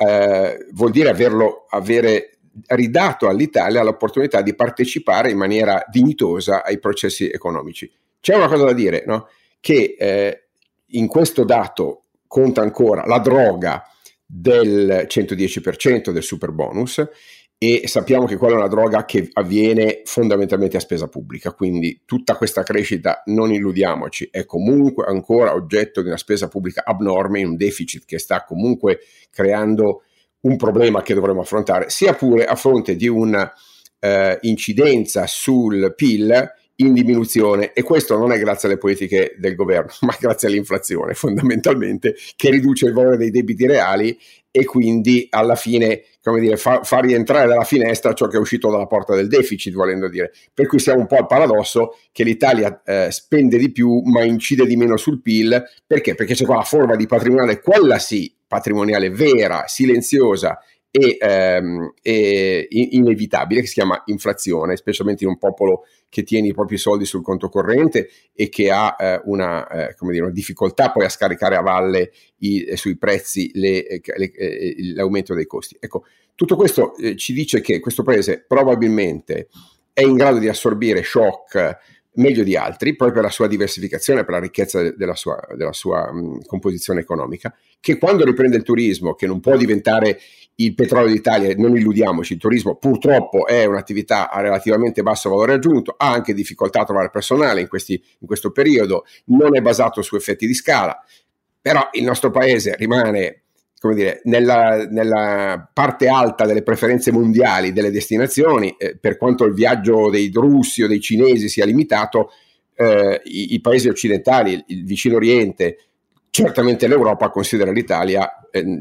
Speaker 3: avere ridato all'Italia l'opportunità di partecipare in maniera dignitosa ai processi economici. C'è una cosa da dire, no? Che in questo dato conta ancora la droga del 110% del super bonus, e sappiamo che quella è una droga che avviene fondamentalmente a spesa pubblica, quindi tutta questa crescita, non illudiamoci, è comunque ancora oggetto di una spesa pubblica abnorme, in un deficit che sta comunque creando un problema che dovremo affrontare, sia pure a fronte di una incidenza sul PIL in diminuzione, e questo non è grazie alle politiche del governo, ma grazie all'inflazione fondamentalmente, che riduce il valore dei debiti reali e quindi alla fine, come dire, fa rientrare dalla finestra ciò che è uscito dalla porta del deficit, volendo dire. Per cui siamo un po' al paradosso che l'Italia spende di più ma incide di meno sul PIL. Perché? Perché c'è quella forma di patrimoniale, quella sì, patrimoniale vera, silenziosa e inevitabile, che si chiama inflazione, specialmente in un popolo che tiene i propri soldi sul conto corrente e che ha una difficoltà poi a scaricare a valle sui prezzi l'aumento dei costi. Ecco, tutto questo ci dice che questo paese probabilmente è in grado di assorbire shock meglio di altri, proprio per la sua diversificazione, per la ricchezza della sua composizione economica, che quando riprende il turismo, che non può diventare il petrolio d'Italia, non illudiamoci, il turismo purtroppo è un'attività a relativamente basso valore aggiunto, ha anche difficoltà a trovare personale in questo periodo, non è basato su effetti di scala, però il nostro paese rimane, come dire, nella parte alta delle preferenze mondiali delle destinazioni, per quanto il viaggio dei russi o dei cinesi sia limitato, i paesi occidentali, il vicino Oriente, certamente l'Europa considera l'Italia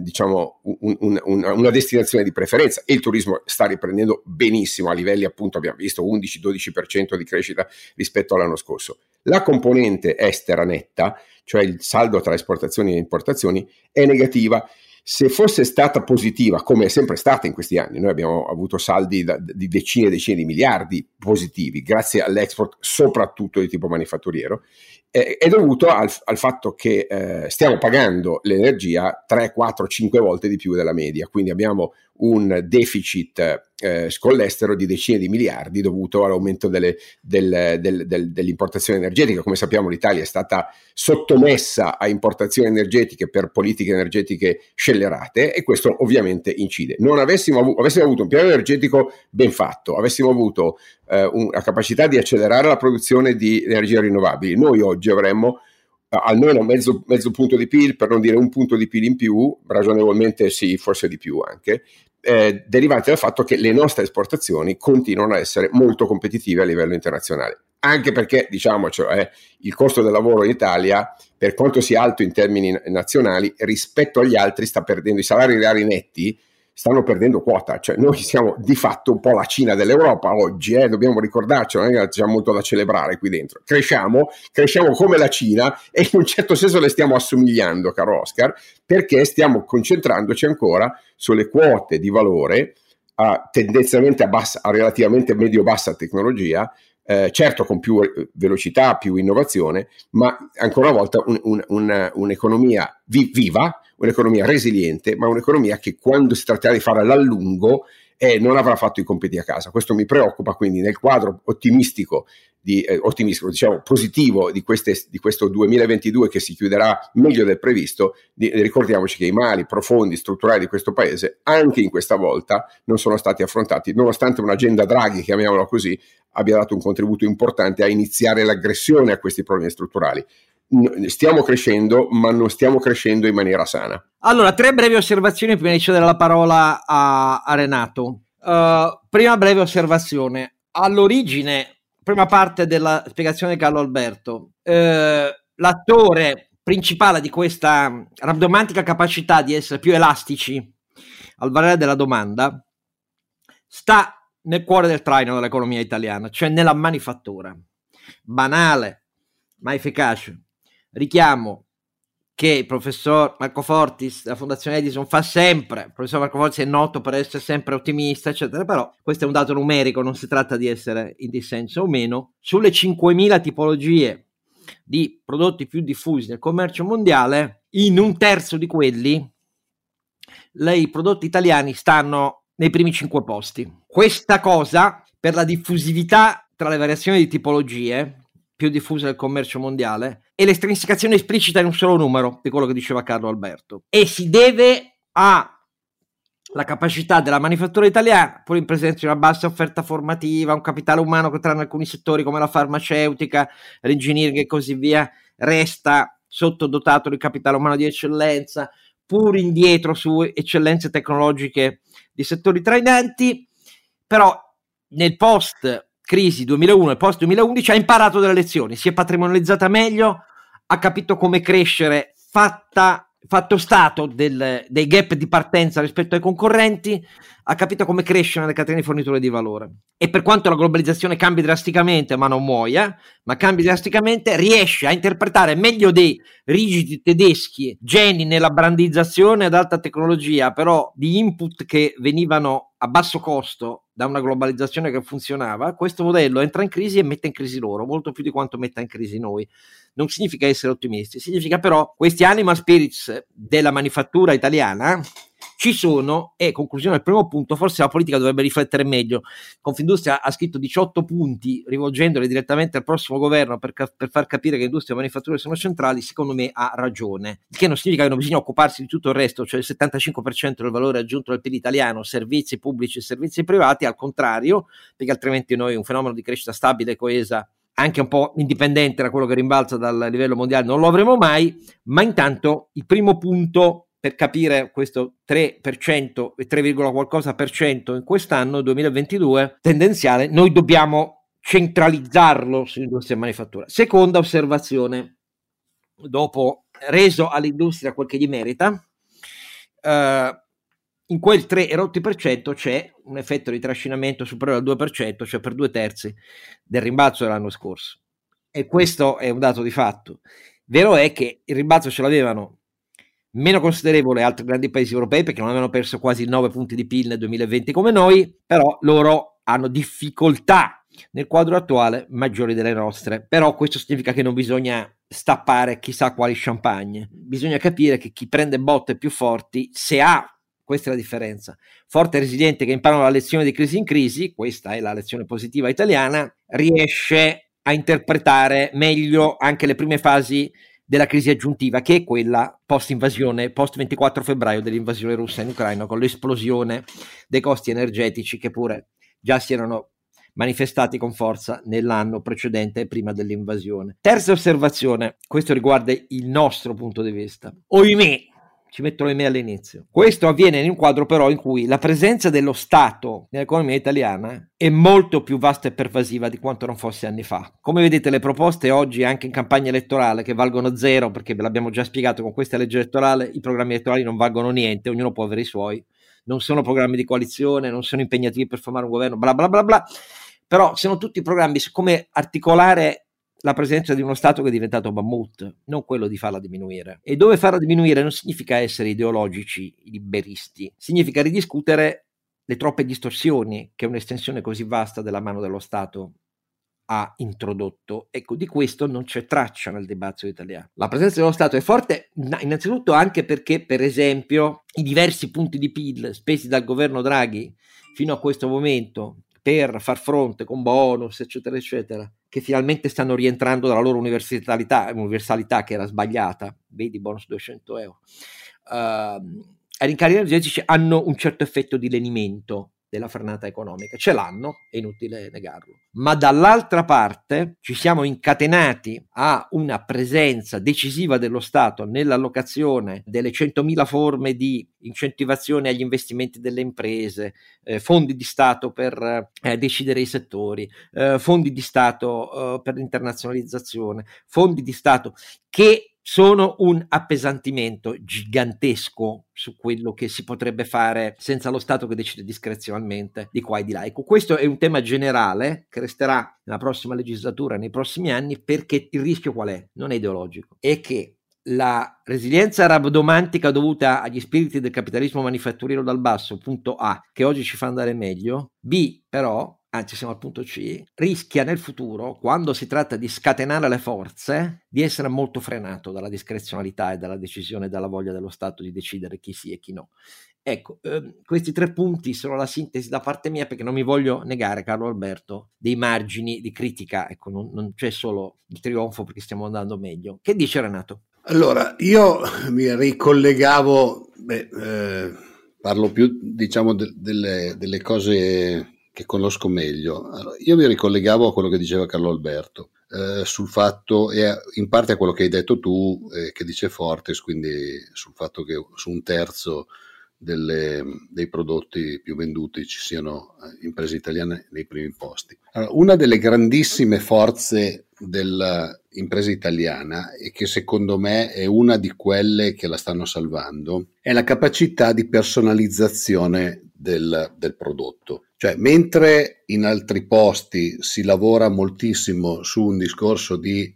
Speaker 3: una destinazione di preferenza, e il turismo sta riprendendo benissimo a livelli, appunto, abbiamo visto 11-12% di crescita rispetto all'anno scorso. La componente estera netta, cioè il saldo tra esportazioni e importazioni, è negativa. Se fosse stata positiva, come è sempre stata in questi anni, noi abbiamo avuto saldi di decine e decine di miliardi positivi grazie all'export, soprattutto di tipo manifatturiero, è dovuto al fatto che stiamo pagando l'energia 3, 4, 5 volte di più della media, quindi abbiamo un deficit con l'estero di decine di miliardi dovuto all'aumento dell'importazione energetica. Come sappiamo, l'Italia è stata sottomessa a importazioni energetiche per politiche energetiche scellerate, e questo ovviamente incide. Non avessimo avuto un piano energetico ben fatto, avessimo avuto la capacità di accelerare la produzione di energie rinnovabili, noi oggi avremmo almeno mezzo punto di PIL, per non dire un punto di PIL in più, ragionevolmente sì, forse di più anche, derivante dal fatto che le nostre esportazioni continuano a essere molto competitive a livello internazionale. Anche perché, diciamoci, il costo del lavoro in Italia, per quanto sia alto in termini nazionali, rispetto agli altri sta perdendo, i salari reali netti stanno perdendo quota, cioè noi siamo di fatto un po' la Cina dell'Europa oggi, dobbiamo ricordarcelo, non è che c'è molto da celebrare qui dentro, cresciamo come la Cina, e in un certo senso le stiamo assomigliando, caro Oscar, perché stiamo concentrandoci ancora sulle quote di valore tendenzialmente a relativamente medio-bassa tecnologia, certo con più velocità, più innovazione, ma ancora una volta un'economia viva, un'economia resiliente, ma un'economia che quando si tratterà di fare all'allungo non avrà fatto i compiti a casa. Questo mi preoccupa, quindi nel quadro diciamo positivo di questo 2022 che si chiuderà meglio del previsto, ricordiamoci che i mali profondi strutturali di questo paese anche in questa volta non sono stati affrontati, nonostante un'agenda Draghi, chiamiamola così, abbia dato un contributo importante a iniziare l'aggressione a questi problemi strutturali. Stiamo crescendo, ma non stiamo crescendo in maniera sana.
Speaker 1: Allora, 3 brevi osservazioni prima di cedere la parola a Renato. Prima breve osservazione. All'origine, prima parte della spiegazione di Carlo Alberto, l'attore principale di questa rabdomantica capacità di essere più elastici al valere della domanda sta nel cuore del traino dell'economia italiana, cioè nella manifattura. Banale, ma efficace. Richiamo che il professor Marco Fortis della Fondazione Edison fa sempre. Il professor Marco Fortis è noto per essere sempre ottimista, eccetera, però questo è un dato numerico, non si tratta di essere in dissenso o meno. Sulle 5.000 tipologie di prodotti più diffusi nel commercio mondiale, in un terzo di quelli i prodotti italiani stanno nei primi 5 posti. Questa cosa, per la diffusività tra le variazioni di tipologie più diffuse del commercio mondiale, e l'estrinsecazione esplicita in un solo numero di quello che diceva Carlo Alberto, e si deve alla capacità della manifattura italiana, pur in presenza di una bassa offerta formativa, un capitale umano che tranne alcuni settori come la farmaceutica, l'engineering e così via resta sottodotato di capitale umano di eccellenza, pur indietro su eccellenze tecnologiche di settori trainanti. Però nel post crisi 2001 e post 2011 ha imparato delle lezioni, si è patrimonializzata meglio, ha capito come crescere, fatto stato dei gap di partenza rispetto ai concorrenti, ha capito come crescere nelle catene di fornitura di valore. E per quanto la globalizzazione cambi drasticamente, ma non muoia, ma cambi drasticamente, riesce a interpretare meglio dei rigidi tedeschi geni nella brandizzazione ad alta tecnologia, però di input che venivano a basso costo da una globalizzazione che funzionava. Questo modello entra in crisi e mette in crisi loro, molto più di quanto metta in crisi noi. Non significa essere ottimisti, significa però questi animal spirits della manifattura italiana ci sono. E conclusione del primo punto, forse la politica dovrebbe riflettere meglio. Confindustria ha scritto 18 punti rivolgendoli direttamente al prossimo governo per far capire che industria e manifatture sono centrali. Secondo me ha ragione, il che non significa che non bisogna occuparsi di tutto il resto, cioè il 75% del valore aggiunto del PIL italiano, servizi pubblici e servizi privati, al contrario, perché altrimenti noi un fenomeno di crescita stabile e coesa, anche un po' indipendente da quello che rimbalza dal livello mondiale, non lo avremo mai. Ma intanto il primo punto per capire questo 3% e 3, qualcosa per cento in quest'anno 2022 tendenziale, noi dobbiamo centralizzarlo sull'industria e manifattura. Seconda osservazione, dopo reso all'industria quel che gli merita, in quel 3% c'è un effetto di trascinamento superiore al 2%, cioè per 2/3 del rimbalzo dell'anno scorso, e questo è un dato di fatto. Vero è che il rimbalzo ce l'avevano meno considerevole altri grandi paesi europei, perché non avevano perso quasi 9 punti di PIL nel 2020 come noi, però loro hanno difficoltà nel quadro attuale maggiori delle nostre. Però questo significa che non bisogna stappare chissà quali champagne, bisogna capire che chi prende botte più forti, se ha, questa è la differenza, forte e resiliente, che imparano la lezione di crisi in crisi, questa è la lezione positiva italiana, riesce a interpretare meglio anche le prime fasi della crisi aggiuntiva, che è quella post-invasione, post-24 febbraio dell'invasione russa in Ucraina, con l'esplosione dei costi energetici che pure già si erano manifestati con forza nell'anno precedente e prima dell'invasione. Terza osservazione, questo riguarda il nostro punto di vista. Oimè, ci metto le all'inizio. Questo avviene in un quadro però in cui la presenza dello Stato nell'economia italiana è molto più vasta e pervasiva di quanto non fosse anni fa. Come vedete, le proposte oggi anche in campagna elettorale, che valgono zero, perché ve l'abbiamo già spiegato, con questa legge elettorale i programmi elettorali non valgono niente, ognuno può avere i suoi, non sono programmi di coalizione, non sono impegnativi per formare un governo, bla bla bla bla, però sono tutti programmi su come articolare la presenza di uno Stato che è diventato mammut, non quello di farla diminuire. E dove farla diminuire non significa essere ideologici, liberisti, significa ridiscutere le troppe distorsioni che un'estensione così vasta della mano dello Stato ha introdotto. Ecco, di questo non c'è traccia nel dibattito italiano. La presenza dello Stato è forte innanzitutto anche perché, per esempio, i diversi punti di PIL spesi dal governo Draghi fino a questo momento per far fronte con bonus eccetera eccetera, che finalmente stanno rientrando dalla loro universalità che era sbagliata, vedi bonus 200 euro, ai rincari energetici, hanno un certo effetto di lenimento della frenata economica, ce l'hanno, è inutile negarlo, ma dall'altra parte ci siamo incatenati a una presenza decisiva dello Stato nell'allocazione delle 100.000 forme di incentivazione agli investimenti delle imprese, fondi di Stato per decidere i settori, fondi di Stato per l'internazionalizzazione, fondi di Stato che sono un appesantimento gigantesco su quello che si potrebbe fare senza lo Stato che decide discrezionalmente di qua e di là. Ecco, questo è un tema generale che resterà nella prossima legislatura, nei prossimi anni, perché il rischio qual è? Non è ideologico, è che la resilienza rabdomantica dovuta agli spiriti del capitalismo manifatturiero dal basso, punto A, che oggi ci fa andare meglio, B però, anzi siamo al punto C, rischia nel futuro, quando si tratta di scatenare le forze, di essere molto frenato dalla discrezionalità e dalla decisione e dalla voglia dello Stato di decidere chi sì e chi no. Ecco, questi 3 punti sono la sintesi da parte mia, perché non mi voglio negare, Carlo Alberto, dei margini di critica. Ecco, non c'è solo il trionfo perché stiamo andando meglio. Che dice Renato?
Speaker 2: Allora, io mi ricollegavo, parlo più diciamo delle cose che conosco meglio. Allora, io mi ricollegavo a quello che diceva Carlo Alberto, sul fatto, e in parte a quello che hai detto tu, che dice Fortes, quindi sul fatto che su 1/3 dei prodotti più venduti ci siano imprese italiane nei primi posti. Allora, una delle grandissime forze dell'impresa italiana, e che secondo me è una di quelle che la stanno salvando, è la capacità di personalizzazione del prodotto. Cioè, mentre in altri posti si lavora moltissimo su un discorso di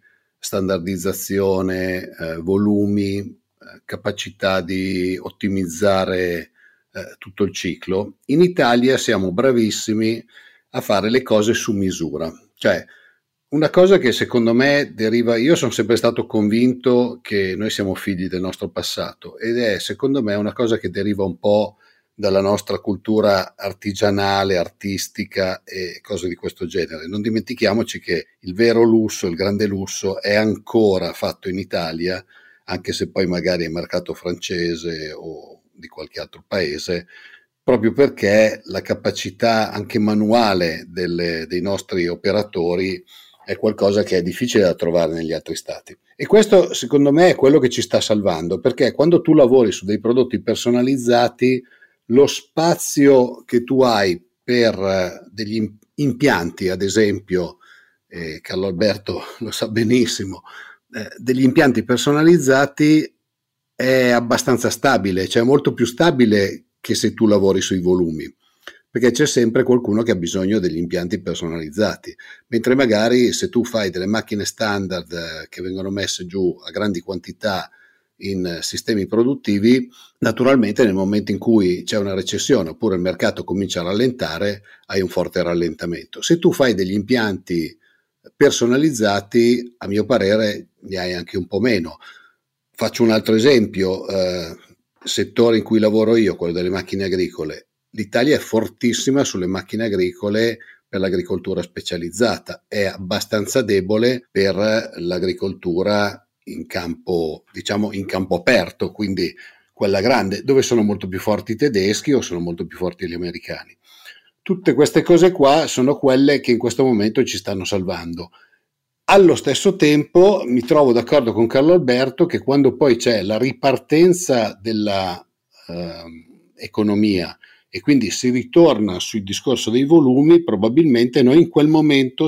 Speaker 2: standardizzazione, volumi, capacità di ottimizzare tutto il ciclo, in Italia siamo bravissimi a fare le cose su misura. Cioè, una cosa che secondo me deriva, io sono sempre stato convinto che noi siamo figli del nostro passato, ed è secondo me una cosa che deriva un po' dalla nostra cultura artigianale, artistica e cose di questo genere. Non dimentichiamoci che il vero lusso, il grande lusso, è ancora fatto in Italia, anche se poi magari è mercato francese o di qualche altro paese, proprio perché la capacità anche manuale dei nostri operatori è qualcosa che è difficile da trovare negli altri stati. E questo secondo me è quello che ci sta salvando, perché quando tu lavori su dei prodotti personalizzati, lo spazio che tu hai per degli impianti, ad esempio, Carlo Alberto lo sa benissimo, degli impianti personalizzati è abbastanza stabile, cioè molto più stabile che se tu lavori sui volumi, perché c'è sempre qualcuno che ha bisogno degli impianti personalizzati, mentre magari se tu fai delle macchine standard che vengono messe giù a grandi quantità in sistemi produttivi, naturalmente nel momento in cui c'è una recessione oppure il mercato comincia a rallentare, hai un forte rallentamento. Se tu fai degli impianti personalizzati, a mio parere ne hai anche un po' meno. Faccio un altro esempio, settore in cui lavoro io, quello delle macchine agricole. L'Italia è fortissima sulle macchine agricole per l'agricoltura specializzata, è abbastanza debole per l'agricoltura in campo, diciamo in campo aperto, quindi quella grande, dove sono molto più forti i tedeschi o sono molto più forti gli americani. Tutte queste cose qua sono quelle che in questo momento ci stanno salvando. Allo stesso tempo mi trovo d'accordo con Carlo Alberto che quando poi c'è la ripartenza della economia e quindi si ritorna sul discorso dei volumi, probabilmente noi in quel momento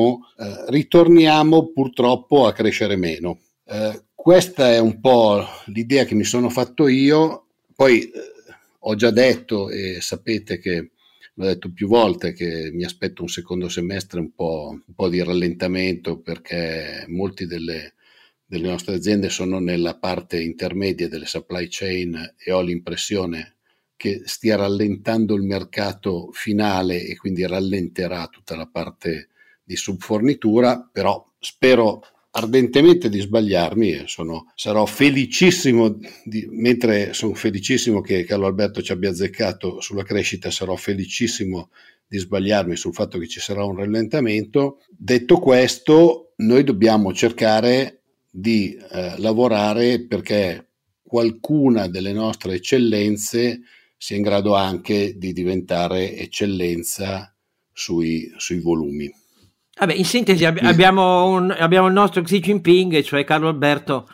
Speaker 2: ritorniamo purtroppo a crescere meno. Questa è un po' l'idea che mi sono fatto io. Poi ho già detto, e sapete che l'ho detto più volte, che mi aspetto un secondo semestre un po' di rallentamento, perché molti delle nostre aziende sono nella parte intermedia delle supply chain e ho l'impressione che stia rallentando il mercato finale e quindi rallenterà tutta la parte di subfornitura, però spero ardentemente di sbagliarmi e sarò felicissimo, mentre sono felicissimo che Carlo Alberto ci abbia azzeccato sulla crescita, sarò felicissimo di sbagliarmi sul fatto che ci sarà un rallentamento. Detto questo, noi dobbiamo cercare di lavorare perché qualcuna delle nostre eccellenze sia in grado anche di diventare eccellenza sui volumi.
Speaker 1: Vabbè, in sintesi abbiamo il nostro Xi Jinping, cioè Carlo Alberto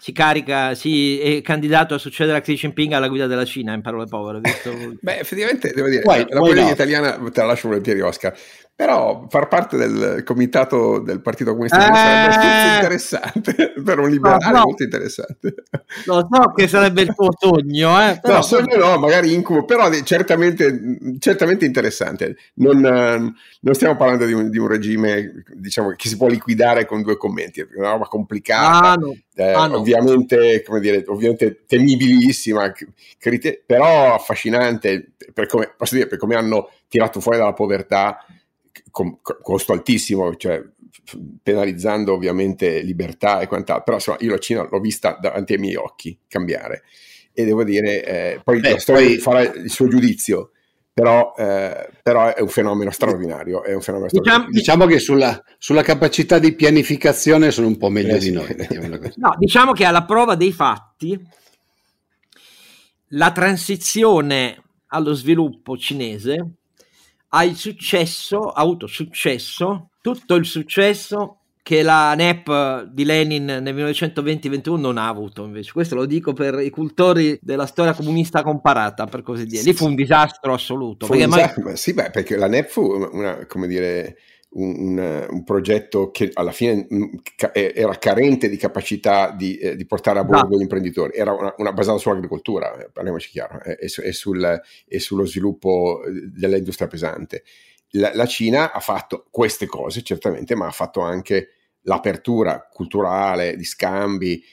Speaker 1: è candidato a succedere a Xi Jinping alla guida della Cina, in parole povere.
Speaker 3: Beh, effettivamente devo dire, la politica italiana te la lascio volentieri, Oscar, però far parte del comitato del Partito Comunista sarebbe molto interessante, per un liberale molto interessante.
Speaker 1: Lo so che sarebbe il tuo sogno,
Speaker 3: però, no, sogno no, magari incubo, però certamente interessante. Non stiamo parlando di un regime, diciamo, che si può liquidare con due commenti, è una roba complicata, ovviamente, come dire, ovviamente temibilissima, però affascinante per come hanno tirato fuori dalla povertà, costo altissimo, cioè penalizzando ovviamente libertà e quant'altro, però insomma io la Cina l'ho vista davanti ai miei occhi cambiare e devo dire, poi la storia farà il suo giudizio, però è un fenomeno straordinario.
Speaker 2: Diciamo che sulla capacità di pianificazione sono un po' meglio di noi.
Speaker 1: No, diciamo che alla prova dei fatti la transizione allo sviluppo cinese ha avuto successo, tutto il successo che la NEP di Lenin nel 1920-21 non ha avuto, invece. Questo lo dico per i cultori della storia comunista comparata, per così dire. Lì fu un disastro assoluto.
Speaker 3: Sì, perché la NEP fu una, come dire, un progetto che alla fine era carente di capacità di portare a bordo gli imprenditori, era una basata sull'agricoltura, parliamoci chiaro, e sullo sviluppo dell'industria pesante. La Cina ha fatto queste cose certamente, ma ha fatto anche l'apertura culturale, di scambi,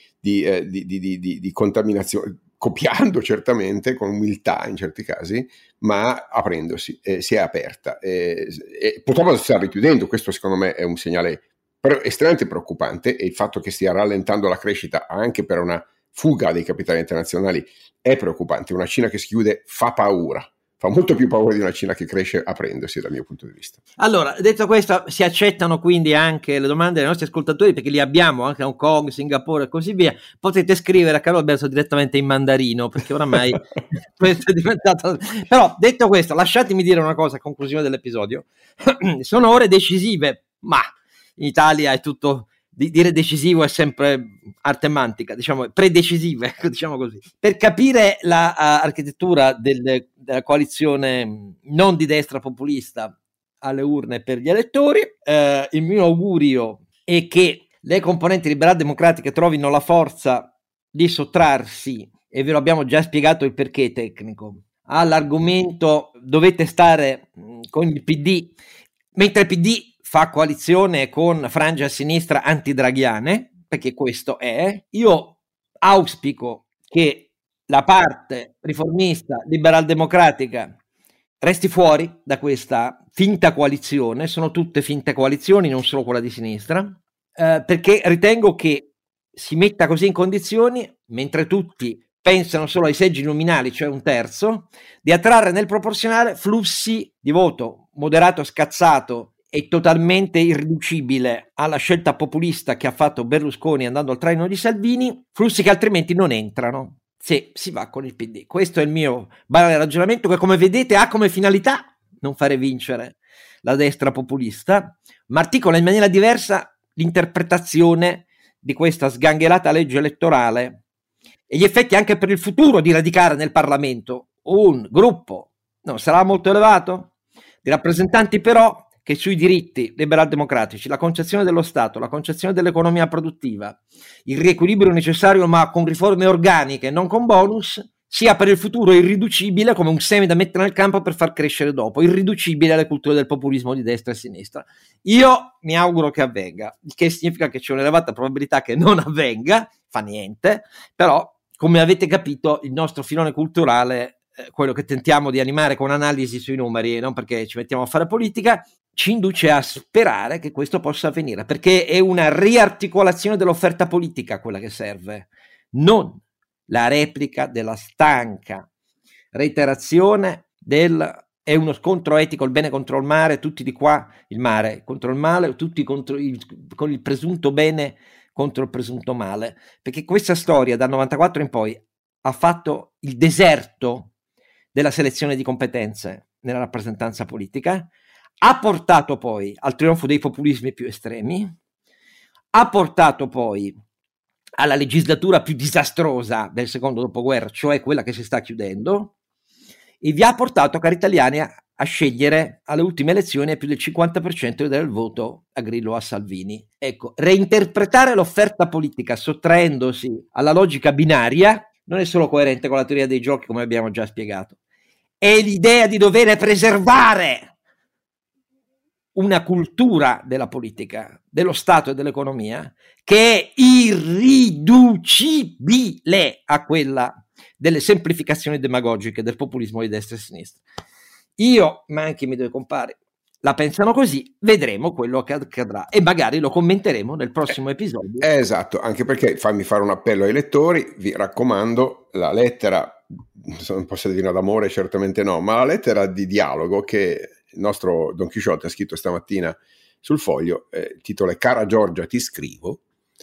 Speaker 3: di contaminazione, copiando certamente con umiltà in certi casi, ma aprendosi, si è aperta e purtroppo si sta richiudendo. Questo secondo me è un segnale estremamente preoccupante, e il fatto che stia rallentando la crescita anche per una fuga dei capitali internazionali è preoccupante. Una Cina che si chiude fa paura. Fa molto più paura di una Cina che cresce aprendosi, dal mio punto di vista.
Speaker 1: Allora, detto questo, si accettano quindi anche le domande dei nostri ascoltatori, perché li abbiamo anche a Hong Kong, Singapore e così via. Potete scrivere a Carlo Alberto direttamente in mandarino, perché oramai questo è diventato... Però, detto questo, lasciatemi dire una cosa a conclusione dell'episodio. Sono ore decisive, ma in Italia è tutto... dire decisivo è sempre arte mantica, diciamo predecisive, diciamo così. Per capire l'architettura della coalizione non di destra populista alle urne per gli elettori, il mio augurio è che le componenti liberal democratiche trovino la forza di sottrarsi, e ve lo abbiamo già spiegato il perché tecnico, all'argomento dovete stare con il PD, mentre il PD fa coalizione con frange a sinistra antidraghiane, perché questo è. Io auspico che la parte riformista liberal democratica resti fuori da questa finta coalizione. Sono tutte finte coalizioni, non solo quella di sinistra, perché ritengo che si metta così in condizioni, mentre tutti pensano solo ai seggi nominali, cioè un terzo, di attrarre nel proporzionale flussi di voto moderato, scazzato e totalmente irriducibile alla scelta populista che ha fatto Berlusconi andando al traino di Salvini, flussi che altrimenti non entrano se si va con il PD. Questo è il mio banale ragionamento, che come vedete ha come finalità non fare vincere la destra populista, ma articola in maniera diversa l'interpretazione di questa sgangherata legge elettorale e gli effetti anche per il futuro di radicare nel Parlamento un gruppo, non sarà molto elevato, di rappresentanti però che sui diritti liberal democratici, la concezione dello Stato, la concezione dell'economia produttiva, il riequilibrio necessario ma con riforme organiche, non con bonus, sia per il futuro irriducibile come un seme da mettere nel campo per far crescere dopo, irriducibile alle culture del populismo di destra e sinistra. Io mi auguro che avvenga, il che significa che c'è un'elevata probabilità che non avvenga, fa niente, però come avete capito il nostro filone culturale, quello che tentiamo di animare con analisi sui numeri, non perché ci mettiamo a fare politica, ci induce a sperare che questo possa avvenire, perché è una riarticolazione dell'offerta politica quella che serve, non la replica della stanca reiterazione è uno scontro etico, il bene contro il mare, tutti di qua, il mare contro il male, tutti con il presunto bene contro il presunto male, perché questa storia dal 94 in poi ha fatto il deserto della selezione di competenze nella rappresentanza politica, ha portato poi al trionfo dei populismi più estremi, ha portato poi alla legislatura più disastrosa del secondo dopoguerra, cioè quella che si sta chiudendo, e vi ha portato, cari italiani, a scegliere alle ultime elezioni più del 50% del voto a Grillo o a Salvini. Ecco, reinterpretare l'offerta politica sottraendosi alla logica binaria non è solo coerente con la teoria dei giochi, come abbiamo già spiegato, è l'idea di dover preservare una cultura della politica, dello Stato e dell'economia che è irriducibile a quella delle semplificazioni demagogiche del populismo di destra e sinistra. Io, ma anche i miei due compari, la pensano così, vedremo quello che accadrà e magari lo commenteremo nel prossimo episodio.
Speaker 3: Esatto, anche perché fammi fare un appello ai lettori, vi raccomando la lettera, non posso dire d'amore, certamente no, ma la lettera di dialogo che il nostro Don Chisciotte ha scritto stamattina sul Foglio, il titolo è Cara Giorgia ti scrivo,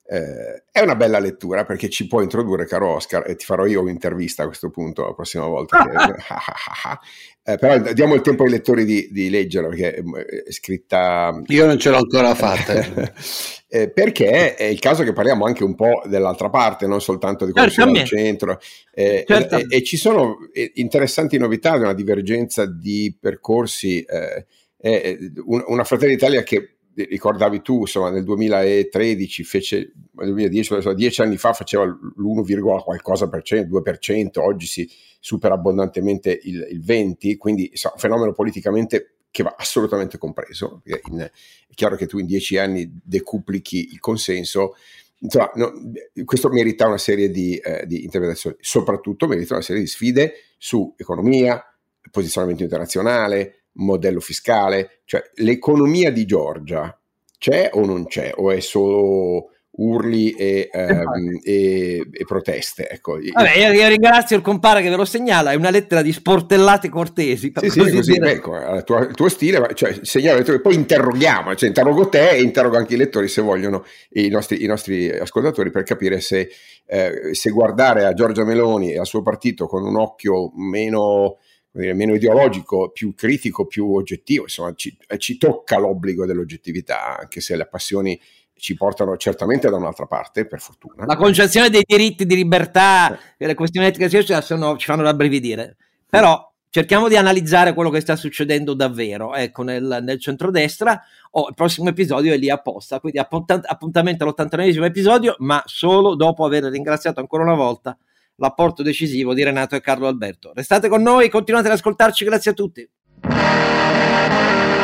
Speaker 3: È una bella lettura perché ci può introdurre, caro Oscar, e ti farò io un'intervista a questo punto la prossima volta. Però diamo il tempo ai lettori di leggerla, perché è scritta...
Speaker 2: Io non ce l'ho ancora fatta.
Speaker 3: Perché è il caso che parliamo anche un po' dell'altra parte, non soltanto di quello al centro. E ci sono interessanti novità, una divergenza di percorsi. Una Fratelli d'Italia che ricordavi tu, insomma, nel 2013 fece, nel 2010, 10 anni fa faceva l'1, qualcosa per cento, 2%, oggi si supera abbondantemente il 20%, quindi insomma, un fenomeno politicamente che va assolutamente compreso. È chiaro che tu in 10 anni decuplichi il consenso, insomma, questo merita una serie di interpretazioni, soprattutto merita una serie di sfide su economia, posizionamento internazionale, modello fiscale, cioè l'economia di Giorgia c'è o non c'è, o è solo urli e proteste? Ecco.
Speaker 1: Vabbè, io ringrazio il compare che ve lo segnala, è una lettera di sportellate cortesi.
Speaker 3: Così, ecco, il tuo stile, cioè segnalo, poi interroghiamo, cioè interrogo te e interrogo anche i lettori, se vogliono, i nostri ascoltatori, per capire se guardare a Giorgia Meloni e al suo partito con un occhio meno ideologico, più critico, più oggettivo, insomma ci tocca l'obbligo dell'oggettività, anche se le passioni ci portano certamente da un'altra parte, per fortuna.
Speaker 1: La concezione dei diritti di libertà e le questioni etiche ci fanno rabbrividire, però cerchiamo di analizzare quello che sta succedendo davvero, ecco, nel centrodestra. Il prossimo episodio è lì apposta, quindi appuntamento all'89esimo episodio, ma solo dopo aver ringraziato ancora una volta l'apporto decisivo di Renato e Carlo Alberto. Restate con noi, continuate ad ascoltarci, grazie a tutti.